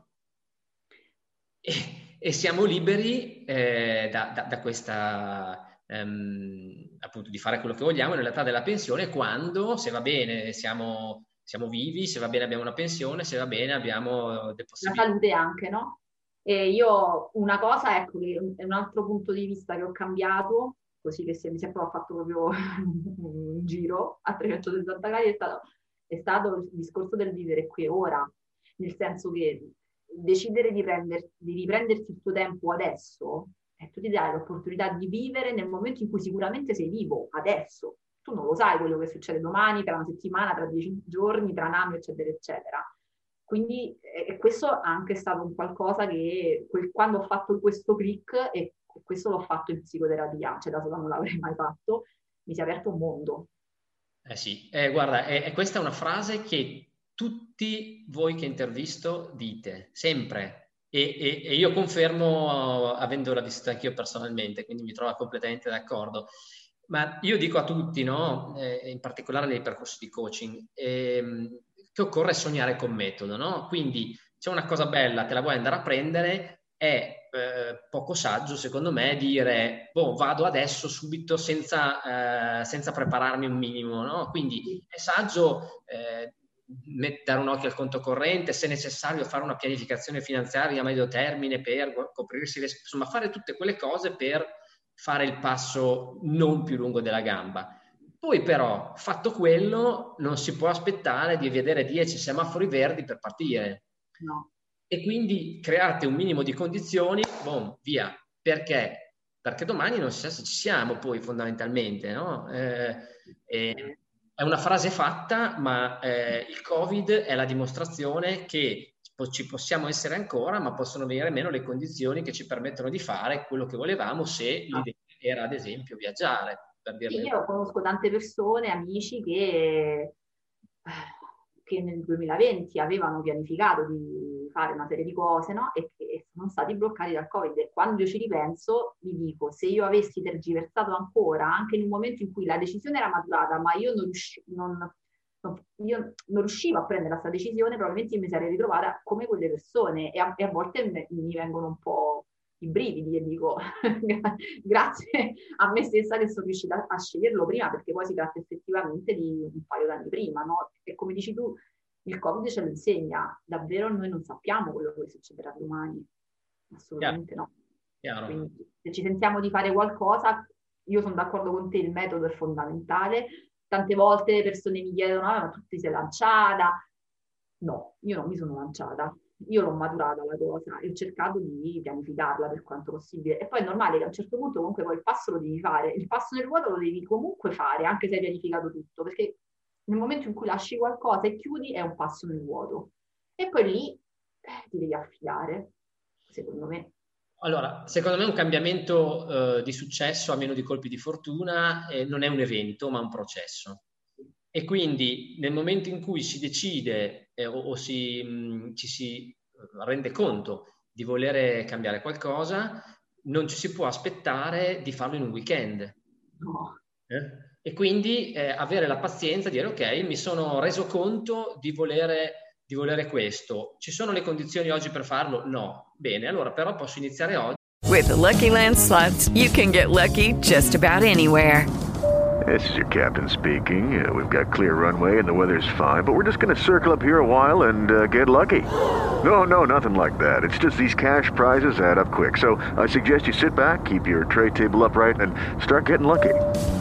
e, e siamo liberi eh, da, da, da questa... Um, appunto di fare quello che vogliamo nell'età della pensione, quando, se va bene, siamo, siamo vivi, se va bene abbiamo una pensione, se va bene abbiamo delle possibilità. La salute anche, no? E io una cosa, ecco, che è un altro punto di vista che ho cambiato, così che si, mi si è proprio fatto proprio un giro a trecentosessanta gradi, è stato, è stato il discorso del vivere qui e ora, nel senso che decidere di, prender, di riprendersi il tuo tempo adesso, e tu ti dai l'opportunità di vivere nel momento in cui sicuramente sei vivo, adesso. Tu non lo sai quello che succede domani, tra una settimana, tra dieci giorni, tra un anno, eccetera, eccetera. Quindi eh, questo è anche stato un qualcosa che quel, quando ho fatto questo click, e questo l'ho fatto in psicoterapia, cioè da sola non l'avrei mai fatto, mi si è aperto un mondo. Eh sì, eh, guarda, è, è questa è una frase che tutti voi che intervisto dite, sempre. E, e, e io confermo, avendola vissuta anch'io personalmente, quindi mi trovo completamente d'accordo. Ma io dico a tutti, no? Eh, in particolare nei percorsi di coaching, ehm, che occorre sognare con metodo, no? Quindi c'è una cosa bella, te la vuoi andare a prendere, è eh, poco saggio, secondo me, dire, boh, vado adesso subito senza, eh, senza prepararmi un minimo, no? Quindi è saggio... Eh, dare un occhio al conto corrente, se necessario fare una pianificazione finanziaria a medio termine per coprirsi, le, insomma fare tutte quelle cose per fare il passo non più lungo della gamba. Poi però, fatto quello, non si può aspettare di vedere dieci semafori verdi per partire. No. E quindi create un minimo di condizioni, boom, via, perché perché domani non si sa se ci siamo poi fondamentalmente, no? Eh, eh, è una frase fatta, ma eh, il Covid è la dimostrazione che ci possiamo essere ancora, ma possono venire meno le condizioni che ci permettono di fare quello che volevamo, se l'idea era ad esempio viaggiare. Per dirle. Io conosco tante persone, amici che, che nel duemilaventi avevano pianificato di fare una serie di cose, no? E che sono stati bloccati dal Covid. E quando io ci ripenso, mi dico, se io avessi tergiversato ancora, anche in un momento in cui la decisione era maturata, ma io non, riusci- non, non, io non riuscivo a prendere questa decisione, probabilmente mi sarei ritrovata come quelle persone. E a, e a volte me, mi vengono un po' i brividi e dico grazie a me stessa che sono riuscita a sceglierlo prima, perché poi si tratta effettivamente di un paio d'anni prima, no? E come dici tu, il Covid ce lo insegna, davvero noi non sappiamo quello che succederà domani, assolutamente Chiaro. no. Chiaro. Quindi se ci sentiamo di fare qualcosa, io sono d'accordo con te, il metodo è fondamentale. Tante volte le persone mi chiedono, ah, ma tu ti sei lanciata? No, io non mi sono lanciata. Io l'ho maturata la cosa e ho cercato di pianificarla per quanto possibile. E poi è normale che a un certo punto comunque poi il passo lo devi fare. Il passo nel vuoto lo devi comunque fare, anche se hai pianificato tutto, perché nel momento in cui lasci qualcosa e chiudi è un passo nel vuoto. E poi lì eh, ti devi affidare, secondo me. Allora, secondo me un cambiamento eh, di successo, a meno di colpi di fortuna, eh, non è un evento, ma un processo. E quindi nel momento in cui si decide eh, o, o si, mh, ci si rende conto di volere cambiare qualcosa, non ci si può aspettare di farlo in un weekend. No. Eh? E quindi eh, avere la pazienza di dire ok, mi sono reso conto di volere, di volere questo. Ci sono le condizioni oggi per farlo? No. Bene, allora però posso iniziare oggi. With the Lucky Land Slots, you can get lucky just about anywhere. This is your captain speaking. Uh, we've got clear runway and the weather's fine, but we're just going to circle up here a while and uh, get lucky. No, no, nothing like that. It's just these cash prizes add up quick. So I suggest you sit back, keep your tray table upright, and start getting lucky.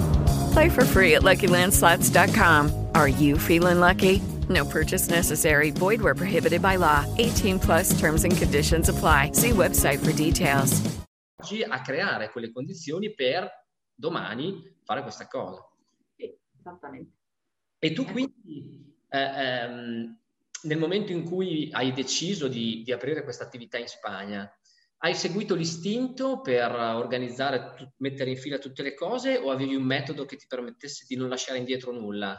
Play for free at Lucky Land Slots dot com. Are you feeling lucky? No purchase necessary. Void where prohibited by law. eighteen plus terms and conditions apply. See website for details. Oggi a creare quelle condizioni per domani fare questa cosa. Sì, esattamente. E tu quindi eh, ehm, nel momento in cui hai deciso di, di aprire questa attività in Spagna, hai seguito l'istinto per organizzare, tu, mettere in fila tutte le cose, o avevi un metodo che ti permettesse di non lasciare indietro nulla?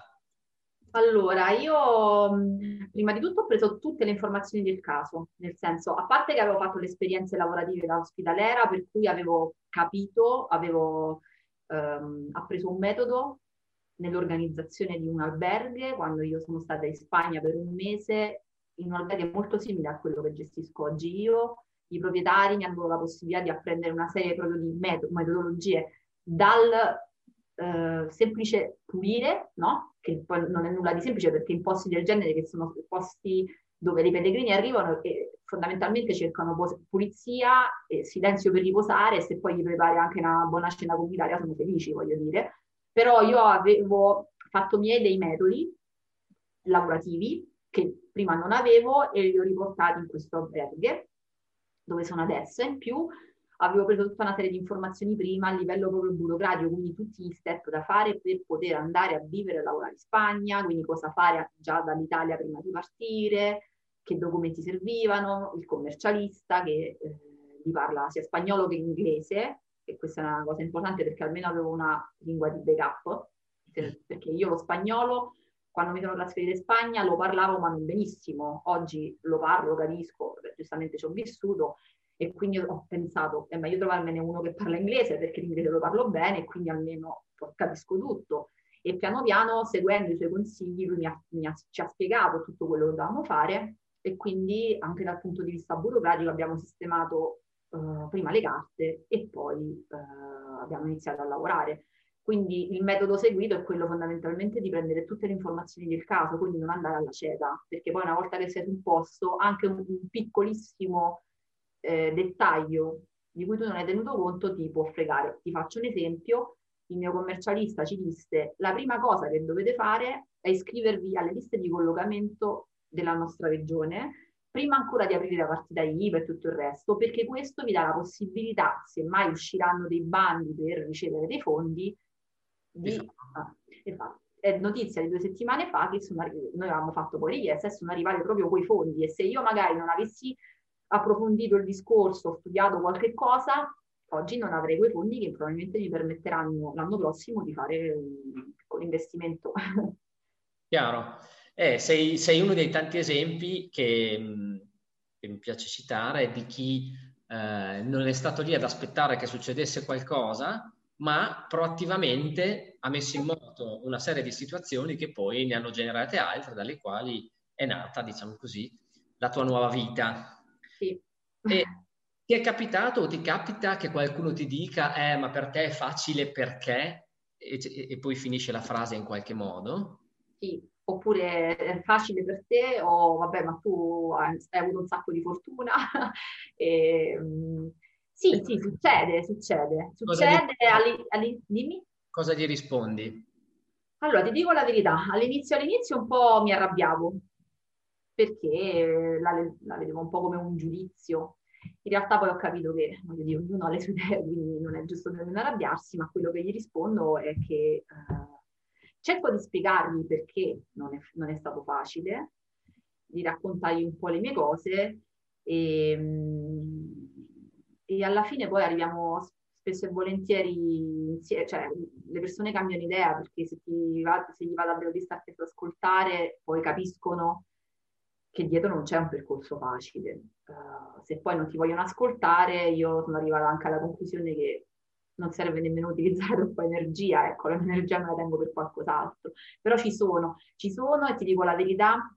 Allora, io prima di tutto ho preso tutte le informazioni del caso, nel senso, a parte che avevo fatto le esperienze lavorative da ospedalera, per cui avevo capito, avevo ehm, appreso un metodo nell'organizzazione di un alberghe, quando io sono stata in Spagna per un mese, in un alberghe molto simile a quello che gestisco oggi io. I proprietari mi hanno dato la possibilità di apprendere una serie proprio di metod- metodologie dal eh, semplice pulire, no? Che poi non è nulla di semplice, perché in posti del genere, che sono posti dove i pellegrini arrivano e fondamentalmente cercano pulizia e silenzio per riposare, e se poi gli prepari anche una buona cena comunitaria sono felici, voglio dire. Però io avevo fatto miei dei metodi lavorativi che prima non avevo e li ho riportati in questo alberghe dove sono adesso. In più avevo preso tutta una serie di informazioni prima a livello proprio burocratico, quindi tutti gli step da fare per poter andare a vivere e lavorare in Spagna, quindi cosa fare già dall'Italia prima di partire, che documenti servivano, il commercialista che eh, gli parla sia spagnolo che inglese, e questa è una cosa importante perché almeno avevo una lingua di backup, perché io lo spagnolo, quando mi sono trasferita in Spagna, lo parlavo ma non benissimo. Oggi lo parlo, capisco, giustamente ci ho vissuto, e quindi ho pensato è meglio trovarmene uno che parla inglese, perché l'inglese lo parlo bene e quindi almeno capisco tutto. E piano piano, seguendo i suoi consigli, lui mi ha, mi ha, ci ha spiegato tutto quello che dovevamo fare, e quindi anche dal punto di vista burocratico abbiamo sistemato uh, prima le carte e poi uh, abbiamo iniziato a lavorare. Quindi il metodo seguito è quello fondamentalmente di prendere tutte le informazioni del caso, quindi non andare alla cieca, perché poi una volta che sei sul posto, anche un, un piccolissimo eh, dettaglio di cui tu non hai tenuto conto ti può fregare. Ti faccio un esempio: il mio commercialista ci disse: la prima cosa che dovete fare è iscrivervi alle liste di collocamento della nostra regione, prima ancora di aprire la partita I V A e tutto il resto, perché questo mi dà la possibilità, se mai usciranno dei bandi per ricevere dei fondi, di... Ah, esatto. È notizia di due settimane fa che sono arri- noi avevamo fatto poi richiesta e sono arrivati proprio quei fondi, e se io magari non avessi approfondito il discorso, studiato qualche cosa, oggi non avrei quei fondi che probabilmente mi permetteranno l'anno prossimo di fare un piccolo investimento. Chiaro. Eh, sei, sei uno dei tanti esempi che, mh, che mi piace citare di chi eh, non è stato lì ad aspettare che succedesse qualcosa, ma proattivamente ha messo in moto una serie di situazioni che poi ne hanno generate altre, dalle quali è nata, diciamo così, la tua nuova vita. Sì. E ti è capitato o ti capita che qualcuno ti dica eh, ma per te è facile perché? E, e poi finisce la frase in qualche modo? Sì, oppure è facile per te o vabbè ma tu hai, hai avuto un sacco di fortuna. e, um, sì, sì, succede, succede, succede, alli, alli, dimmi. Cosa gli rispondi? Allora, ti dico la verità, all'inizio all'inizio un po' mi arrabbiavo, perché la, la vedevo un po' come un giudizio. In realtà poi ho capito che, voglio dire, ognuno ha le sue idee, quindi non è giusto nemmeno arrabbiarsi, ma quello che gli rispondo è che eh, cerco di spiegargli perché non è, non è stato facile, di raccontargli un po' le mie cose e, e alla fine poi arriviamo spesso e volentieri, cioè le persone cambiano idea perché se, ti va, se gli va davvero di starti ad ascoltare, poi capiscono che dietro non c'è un percorso facile. Uh, se poi non ti vogliono ascoltare, io sono arrivata anche alla conclusione che non serve nemmeno utilizzare troppa energia, ecco, l'energia me la tengo per qualcos'altro. Però ci sono, ci sono e ti dico la verità,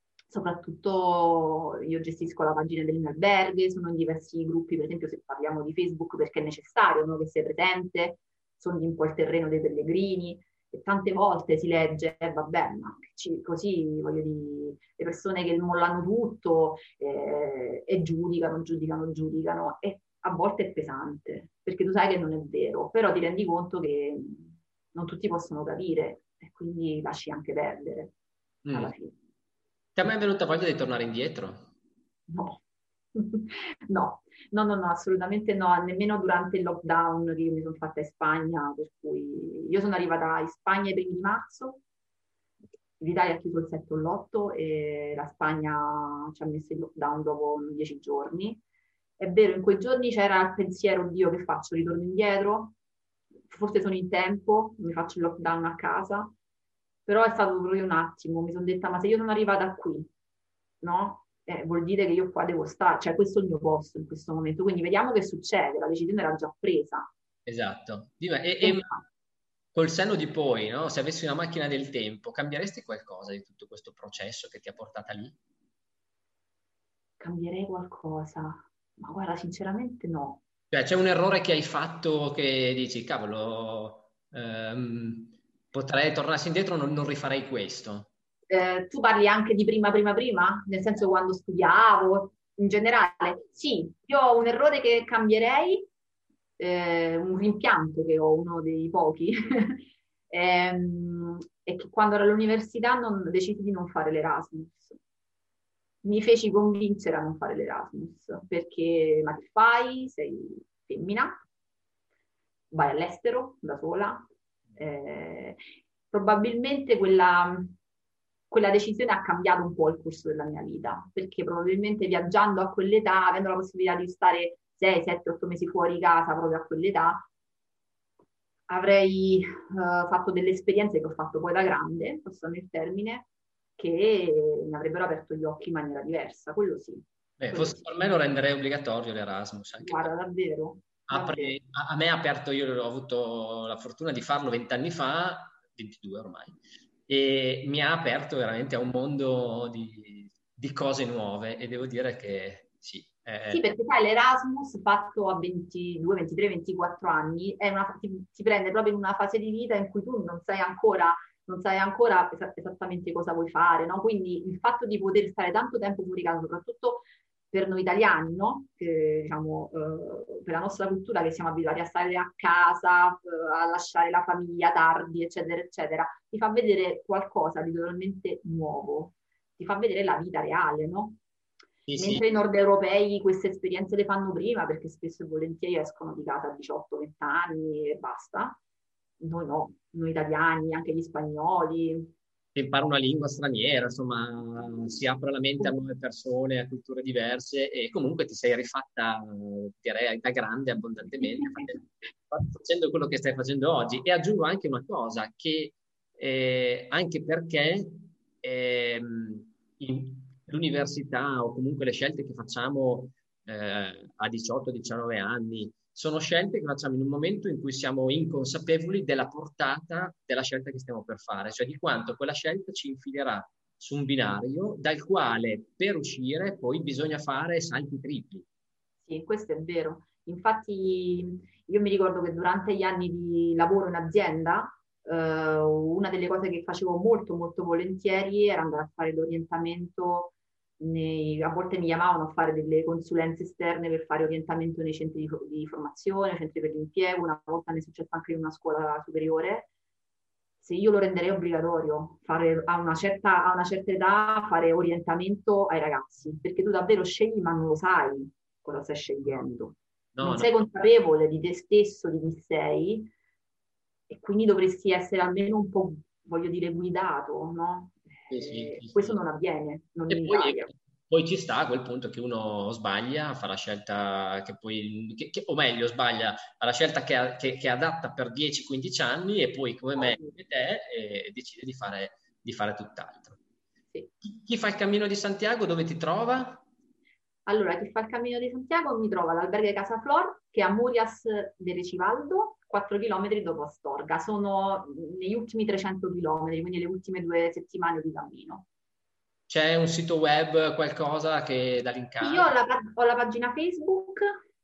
soprattutto io gestisco la pagina dell'Inalberghe, sono in diversi gruppi, per esempio se parliamo di Facebook perché è necessario, no, che sei presente, sono un po' il terreno dei pellegrini, e tante volte si legge, eh, vabbè, ma ci, così voglio dire, le persone che mollano tutto eh, e giudicano, giudicano, giudicano, e a volte è pesante, perché tu sai che non è vero, però ti rendi conto che non tutti possono capire e quindi lasci anche perdere mm. alla fine. Ti è mai venuta voglia di tornare indietro? No. No, no, no, no, assolutamente no, nemmeno durante il lockdown che io mi sono fatta in Spagna, per cui io sono arrivata in Spagna i primi di marzo, l'Italia ha chiuso il sette o l'otto e la Spagna ci ha messo il lockdown dopo dieci giorni. È vero, in quei giorni c'era il pensiero, Dio, che faccio? Ritorno indietro? Forse sono in tempo, mi faccio il lockdown a casa, però è stato proprio un attimo, mi sono detta, ma se io sono arrivata qui, no? Eh, vuol dire che io qua devo stare, cioè questo è il mio posto in questo momento, quindi vediamo che succede, la decisione era già presa. Esatto. E, e col senno di poi, no? Se avessi una macchina del tempo, cambieresti qualcosa di tutto questo processo che ti ha portata lì? Cambierei qualcosa? Ma guarda, sinceramente no. Cioè c'è un errore che hai fatto che dici, cavolo, ehm, potrei tornarsi indietro, non, non rifarei questo. Eh, tu parli anche di prima, prima, prima? Nel senso quando studiavo, in generale? Sì, io ho un errore che cambierei, eh, un rimpianto che ho, uno dei pochi, ehm, è che quando ero all'università non, decisi di non fare l'Erasmus. Mi feci convincere a non fare l'Erasmus, perché ma che fai? Sei femmina, vai all'estero da sola. Eh, probabilmente quella... quella decisione ha cambiato un po' il corso della mia vita, perché probabilmente viaggiando a quell'età, avendo la possibilità di stare sei, sette, otto mesi fuori casa proprio a quell'età, avrei uh, fatto delle esperienze che ho fatto poi da grande, passando il termine, che mi avrebbero aperto gli occhi in maniera diversa, quello sì. Beh, quello forse sì. per me lo renderei obbligatorio l'Erasmus. Anche Guarda, davvero. Apre, a, a me ha aperto, io ho avuto la fortuna di farlo vent'anni fa, ventidue ormai, e mi ha aperto veramente a un mondo di, di cose nuove e devo dire che sì. Eh, sì, perché sai, l'Erasmus fatto a ventidue, ventitré, ventiquattro anni è una, ti, ti prende proprio in una fase di vita in cui tu non sai ancora, non sai ancora es- esattamente cosa vuoi fare, no? Quindi il fatto di poter stare tanto tempo fuori casa, soprattutto per noi italiani, no? Che, diciamo, eh, per la nostra cultura che siamo abituati a stare a casa, eh, a lasciare la famiglia tardi, eccetera, eccetera, ti fa vedere qualcosa di totalmente nuovo, ti fa vedere la vita reale, no? Sì, Mentre sì. i nord europei queste esperienze le fanno prima perché spesso e volentieri escono di casa a diciotto venti anni e basta. Noi no, noi italiani, anche gli spagnoli. Impara una lingua straniera, insomma, si apre la mente a nuove persone, a culture diverse e comunque ti sei rifatta, direi, da grande abbondantemente facendo quello che stai facendo oggi. E aggiungo anche una cosa, che eh, anche perché ehm, in- l'università o comunque le scelte che facciamo eh, a diciotto diciannove anni sono scelte che facciamo in un momento in cui siamo inconsapevoli della portata della scelta che stiamo per fare, cioè di quanto quella scelta ci infilerà su un binario dal quale per uscire poi bisogna fare salti tripli. Sì, questo è vero. Infatti io mi ricordo che durante gli anni di lavoro in azienda, eh, una delle cose che facevo molto molto volentieri era andare a fare l'orientamento, nei, a volte mi chiamavano a fare delle consulenze esterne per fare orientamento nei centri di, di formazione, centri per l'impiego, una volta mi è successo anche in una scuola superiore. Se io lo renderei obbligatorio fare a una certa, a una certa età fare orientamento ai ragazzi, perché tu davvero scegli ma non lo sai cosa stai scegliendo. No, Non no. sei consapevole di te stesso, di chi sei, e quindi dovresti essere almeno un po', voglio dire, guidato, no? Sì, sì, Eh, sì, questo sì. non avviene, non E in poi, Italia. poi ci sta a quel punto che uno sbaglia, fa la scelta che poi, che- che- o meglio, sbaglia, fa la scelta che, che- che è adatta per dieci quindici anni e poi come me e te eh, decide di fare, di fare tutt'altro. Sì. Chi chi fa il Cammino di Santiago dove ti trova? Allora, chi fa il Cammino di Santiago mi trova all'albergo di Casaflor, che è a Murias de Recivaldo, quattro chilometri dopo Astorga. Sono negli ultimi trecento chilometri, quindi le ultime due settimane di cammino. C'è un sito web, qualcosa che da Io linkare? ho la, ho la pagina Facebook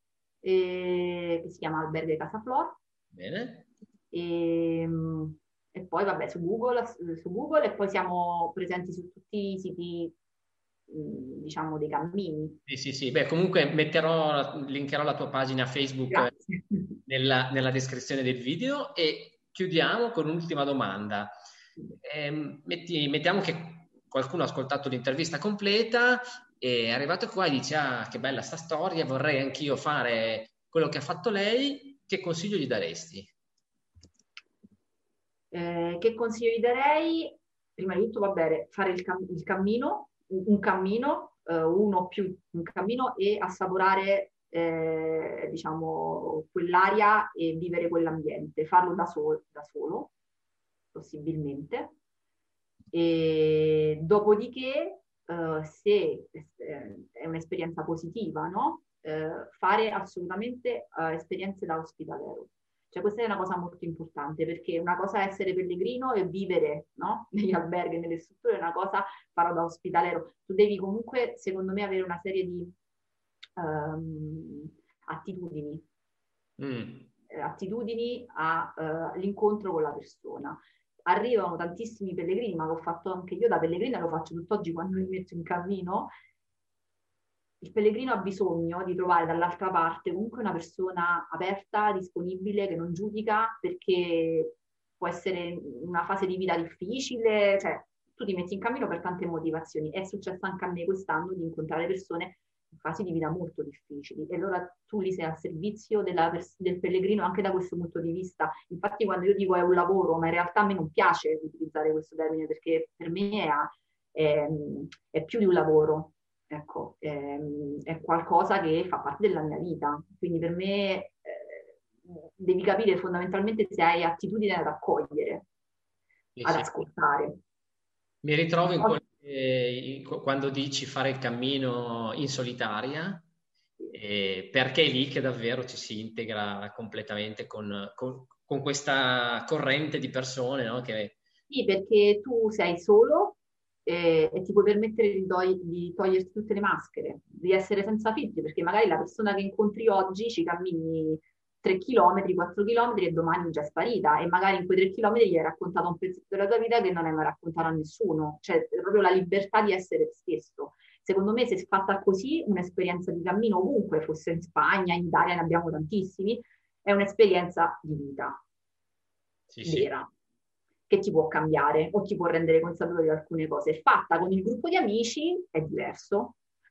eh, che si chiama Albergo di Casaflor Bene. e, e poi vabbè su Google, su Google e poi siamo presenti su tutti i siti mh, diciamo dei cammini. Sì, sì, sì. Beh, comunque metterò, linkerò la tua pagina Facebook eh, Grazie. nella, nella descrizione del video e chiudiamo con un'ultima domanda. Ehm, metti- mettiamo che qualcuno ha ascoltato l'intervista completa e è arrivato qua e dice: ah, che bella sta storia, vorrei anch'io fare quello che ha fatto lei. Che consiglio gli daresti? Eh, che consiglio gli darei? Prima di tutto, va bene, fare il, cam- il cammino, un, un cammino, eh, uno o più, un cammino e assaporare, eh, diciamo, quell'aria e vivere quell'ambiente, farlo da, sol- da solo, possibilmente. E dopodiché, eh, se eh, è un'esperienza positiva, no? Eh, fare assolutamente eh, esperienze da ospedaliero. Cioè questa è una cosa molto importante perché una cosa è essere pellegrino e vivere, no? Negli alberghi, nelle strutture, una cosa farò da ospedaliero. Tu devi comunque, secondo me, avere una serie di um, attitudini, Mm. eh, attitudini all'incontro con la persona. Arrivano tantissimi pellegrini, ma l'ho fatto anche io da pellegrina, lo faccio tutt'oggi quando mi metto in cammino. Il pellegrino ha bisogno di trovare dall'altra parte comunque una persona aperta, disponibile, che non giudica, perché può essere una fase di vita difficile, cioè tu ti metti in cammino per tante motivazioni. È successo anche a me quest'anno di incontrare persone in fasi di vita molto difficili e allora tu li sei al servizio della pers- del pellegrino anche da questo punto di vista. Infatti quando io dico è un lavoro, ma in realtà a me non piace utilizzare questo termine perché per me è, è, è più di un lavoro. Ecco, ehm, è qualcosa che fa parte della mia vita. Quindi per me eh, devi capire fondamentalmente se hai attitudine ad accogliere, Sì, ad sì. ascoltare. Mi ritrovo in quel- eh, in- quando dici fare il cammino in solitaria, eh, perché è lì che davvero ci si integra completamente con, con- con questa corrente di persone, no? Che, Sì, perché tu sei solo eh, e ti puoi permettere di, togli- di toglierti tutte le maschere, di essere senza filtri, perché magari la persona che incontri oggi ci cammini tre chilometri, quattro chilometri e domani è già sparita e magari in quei tre chilometri gli hai raccontato un pezzetto della tua vita che non hai mai raccontato a nessuno, cioè proprio la libertà di essere te stesso. Secondo me se è fatta così un'esperienza di cammino ovunque, fosse in Spagna, in Italia ne abbiamo tantissimi, è un'esperienza di vita sì, sì. vera, che ti può cambiare o ti può rendere consapevole di alcune cose. Fatta con il gruppo di amici è diverso,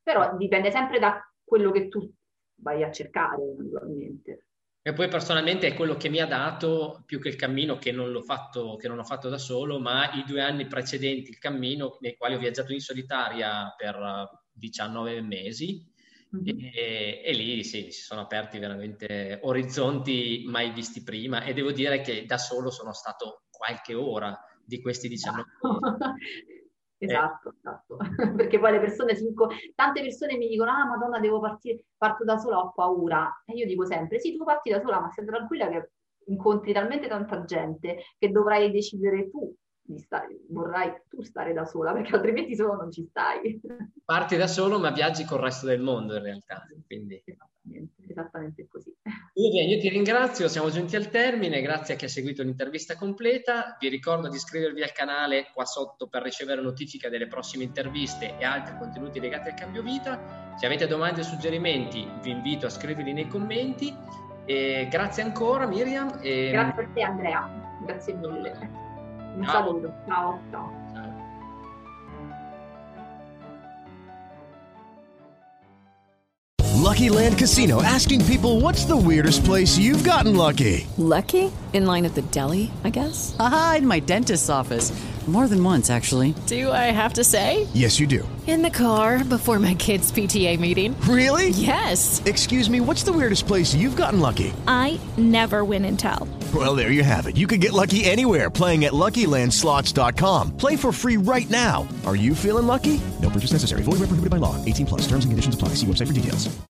Però dipende sempre da quello che tu vai a cercare, naturalmente. E poi personalmente è quello che mi ha dato, più che il cammino che non l'ho fatto, che non ho fatto da solo, ma i due anni precedenti il cammino, nei quali ho viaggiato in solitaria per diciannove mesi, mm-hmm. e, e lì sì, si sono aperti veramente orizzonti mai visti prima, e devo dire che da solo sono stato qualche ora di questi diciannove mesi. Esatto, esatto, perché poi le persone, si inco- tante persone mi dicono: ah, Madonna, devo partire, parto da sola, ho paura. E io dico sempre: sì, tu parti da sola, ma stai tranquilla che incontri talmente tanta gente che dovrai decidere tu di stare, vorrai tu stare da sola, perché altrimenti solo non ci stai. Parti da solo, ma viaggi col resto del mondo in realtà. Quindi. Esattamente, esattamente così. Bene, io ti ringrazio, siamo giunti al termine, grazie a chi ha seguito l'intervista completa. Vi ricordo di iscrivervi al canale qua sotto per ricevere notifica delle prossime interviste e altri contenuti legati al cambio vita. Se avete domande o suggerimenti vi invito a scriverli nei commenti. E grazie ancora Miriam. E... Grazie a te Andrea, grazie mille. Un ciao. Saluto, ciao, ciao. Lucky Land Casino, asking people, what's the weirdest place you've gotten lucky? Lucky? In line at the deli, I guess? Aha, in my dentist's office. More than once, actually. Do I have to say? Yes, you do. In the car before my kids' P T A meeting. Really? Yes. Excuse me, what's the weirdest place you've gotten lucky? I never win and tell. Well, there you have it. You can get lucky anywhere, playing at Lucky Land Slots dot com. Play for free right now. Are you feeling lucky? No purchase necessary. Void where prohibited by law. eighteen plus. Terms and conditions apply. See website for details.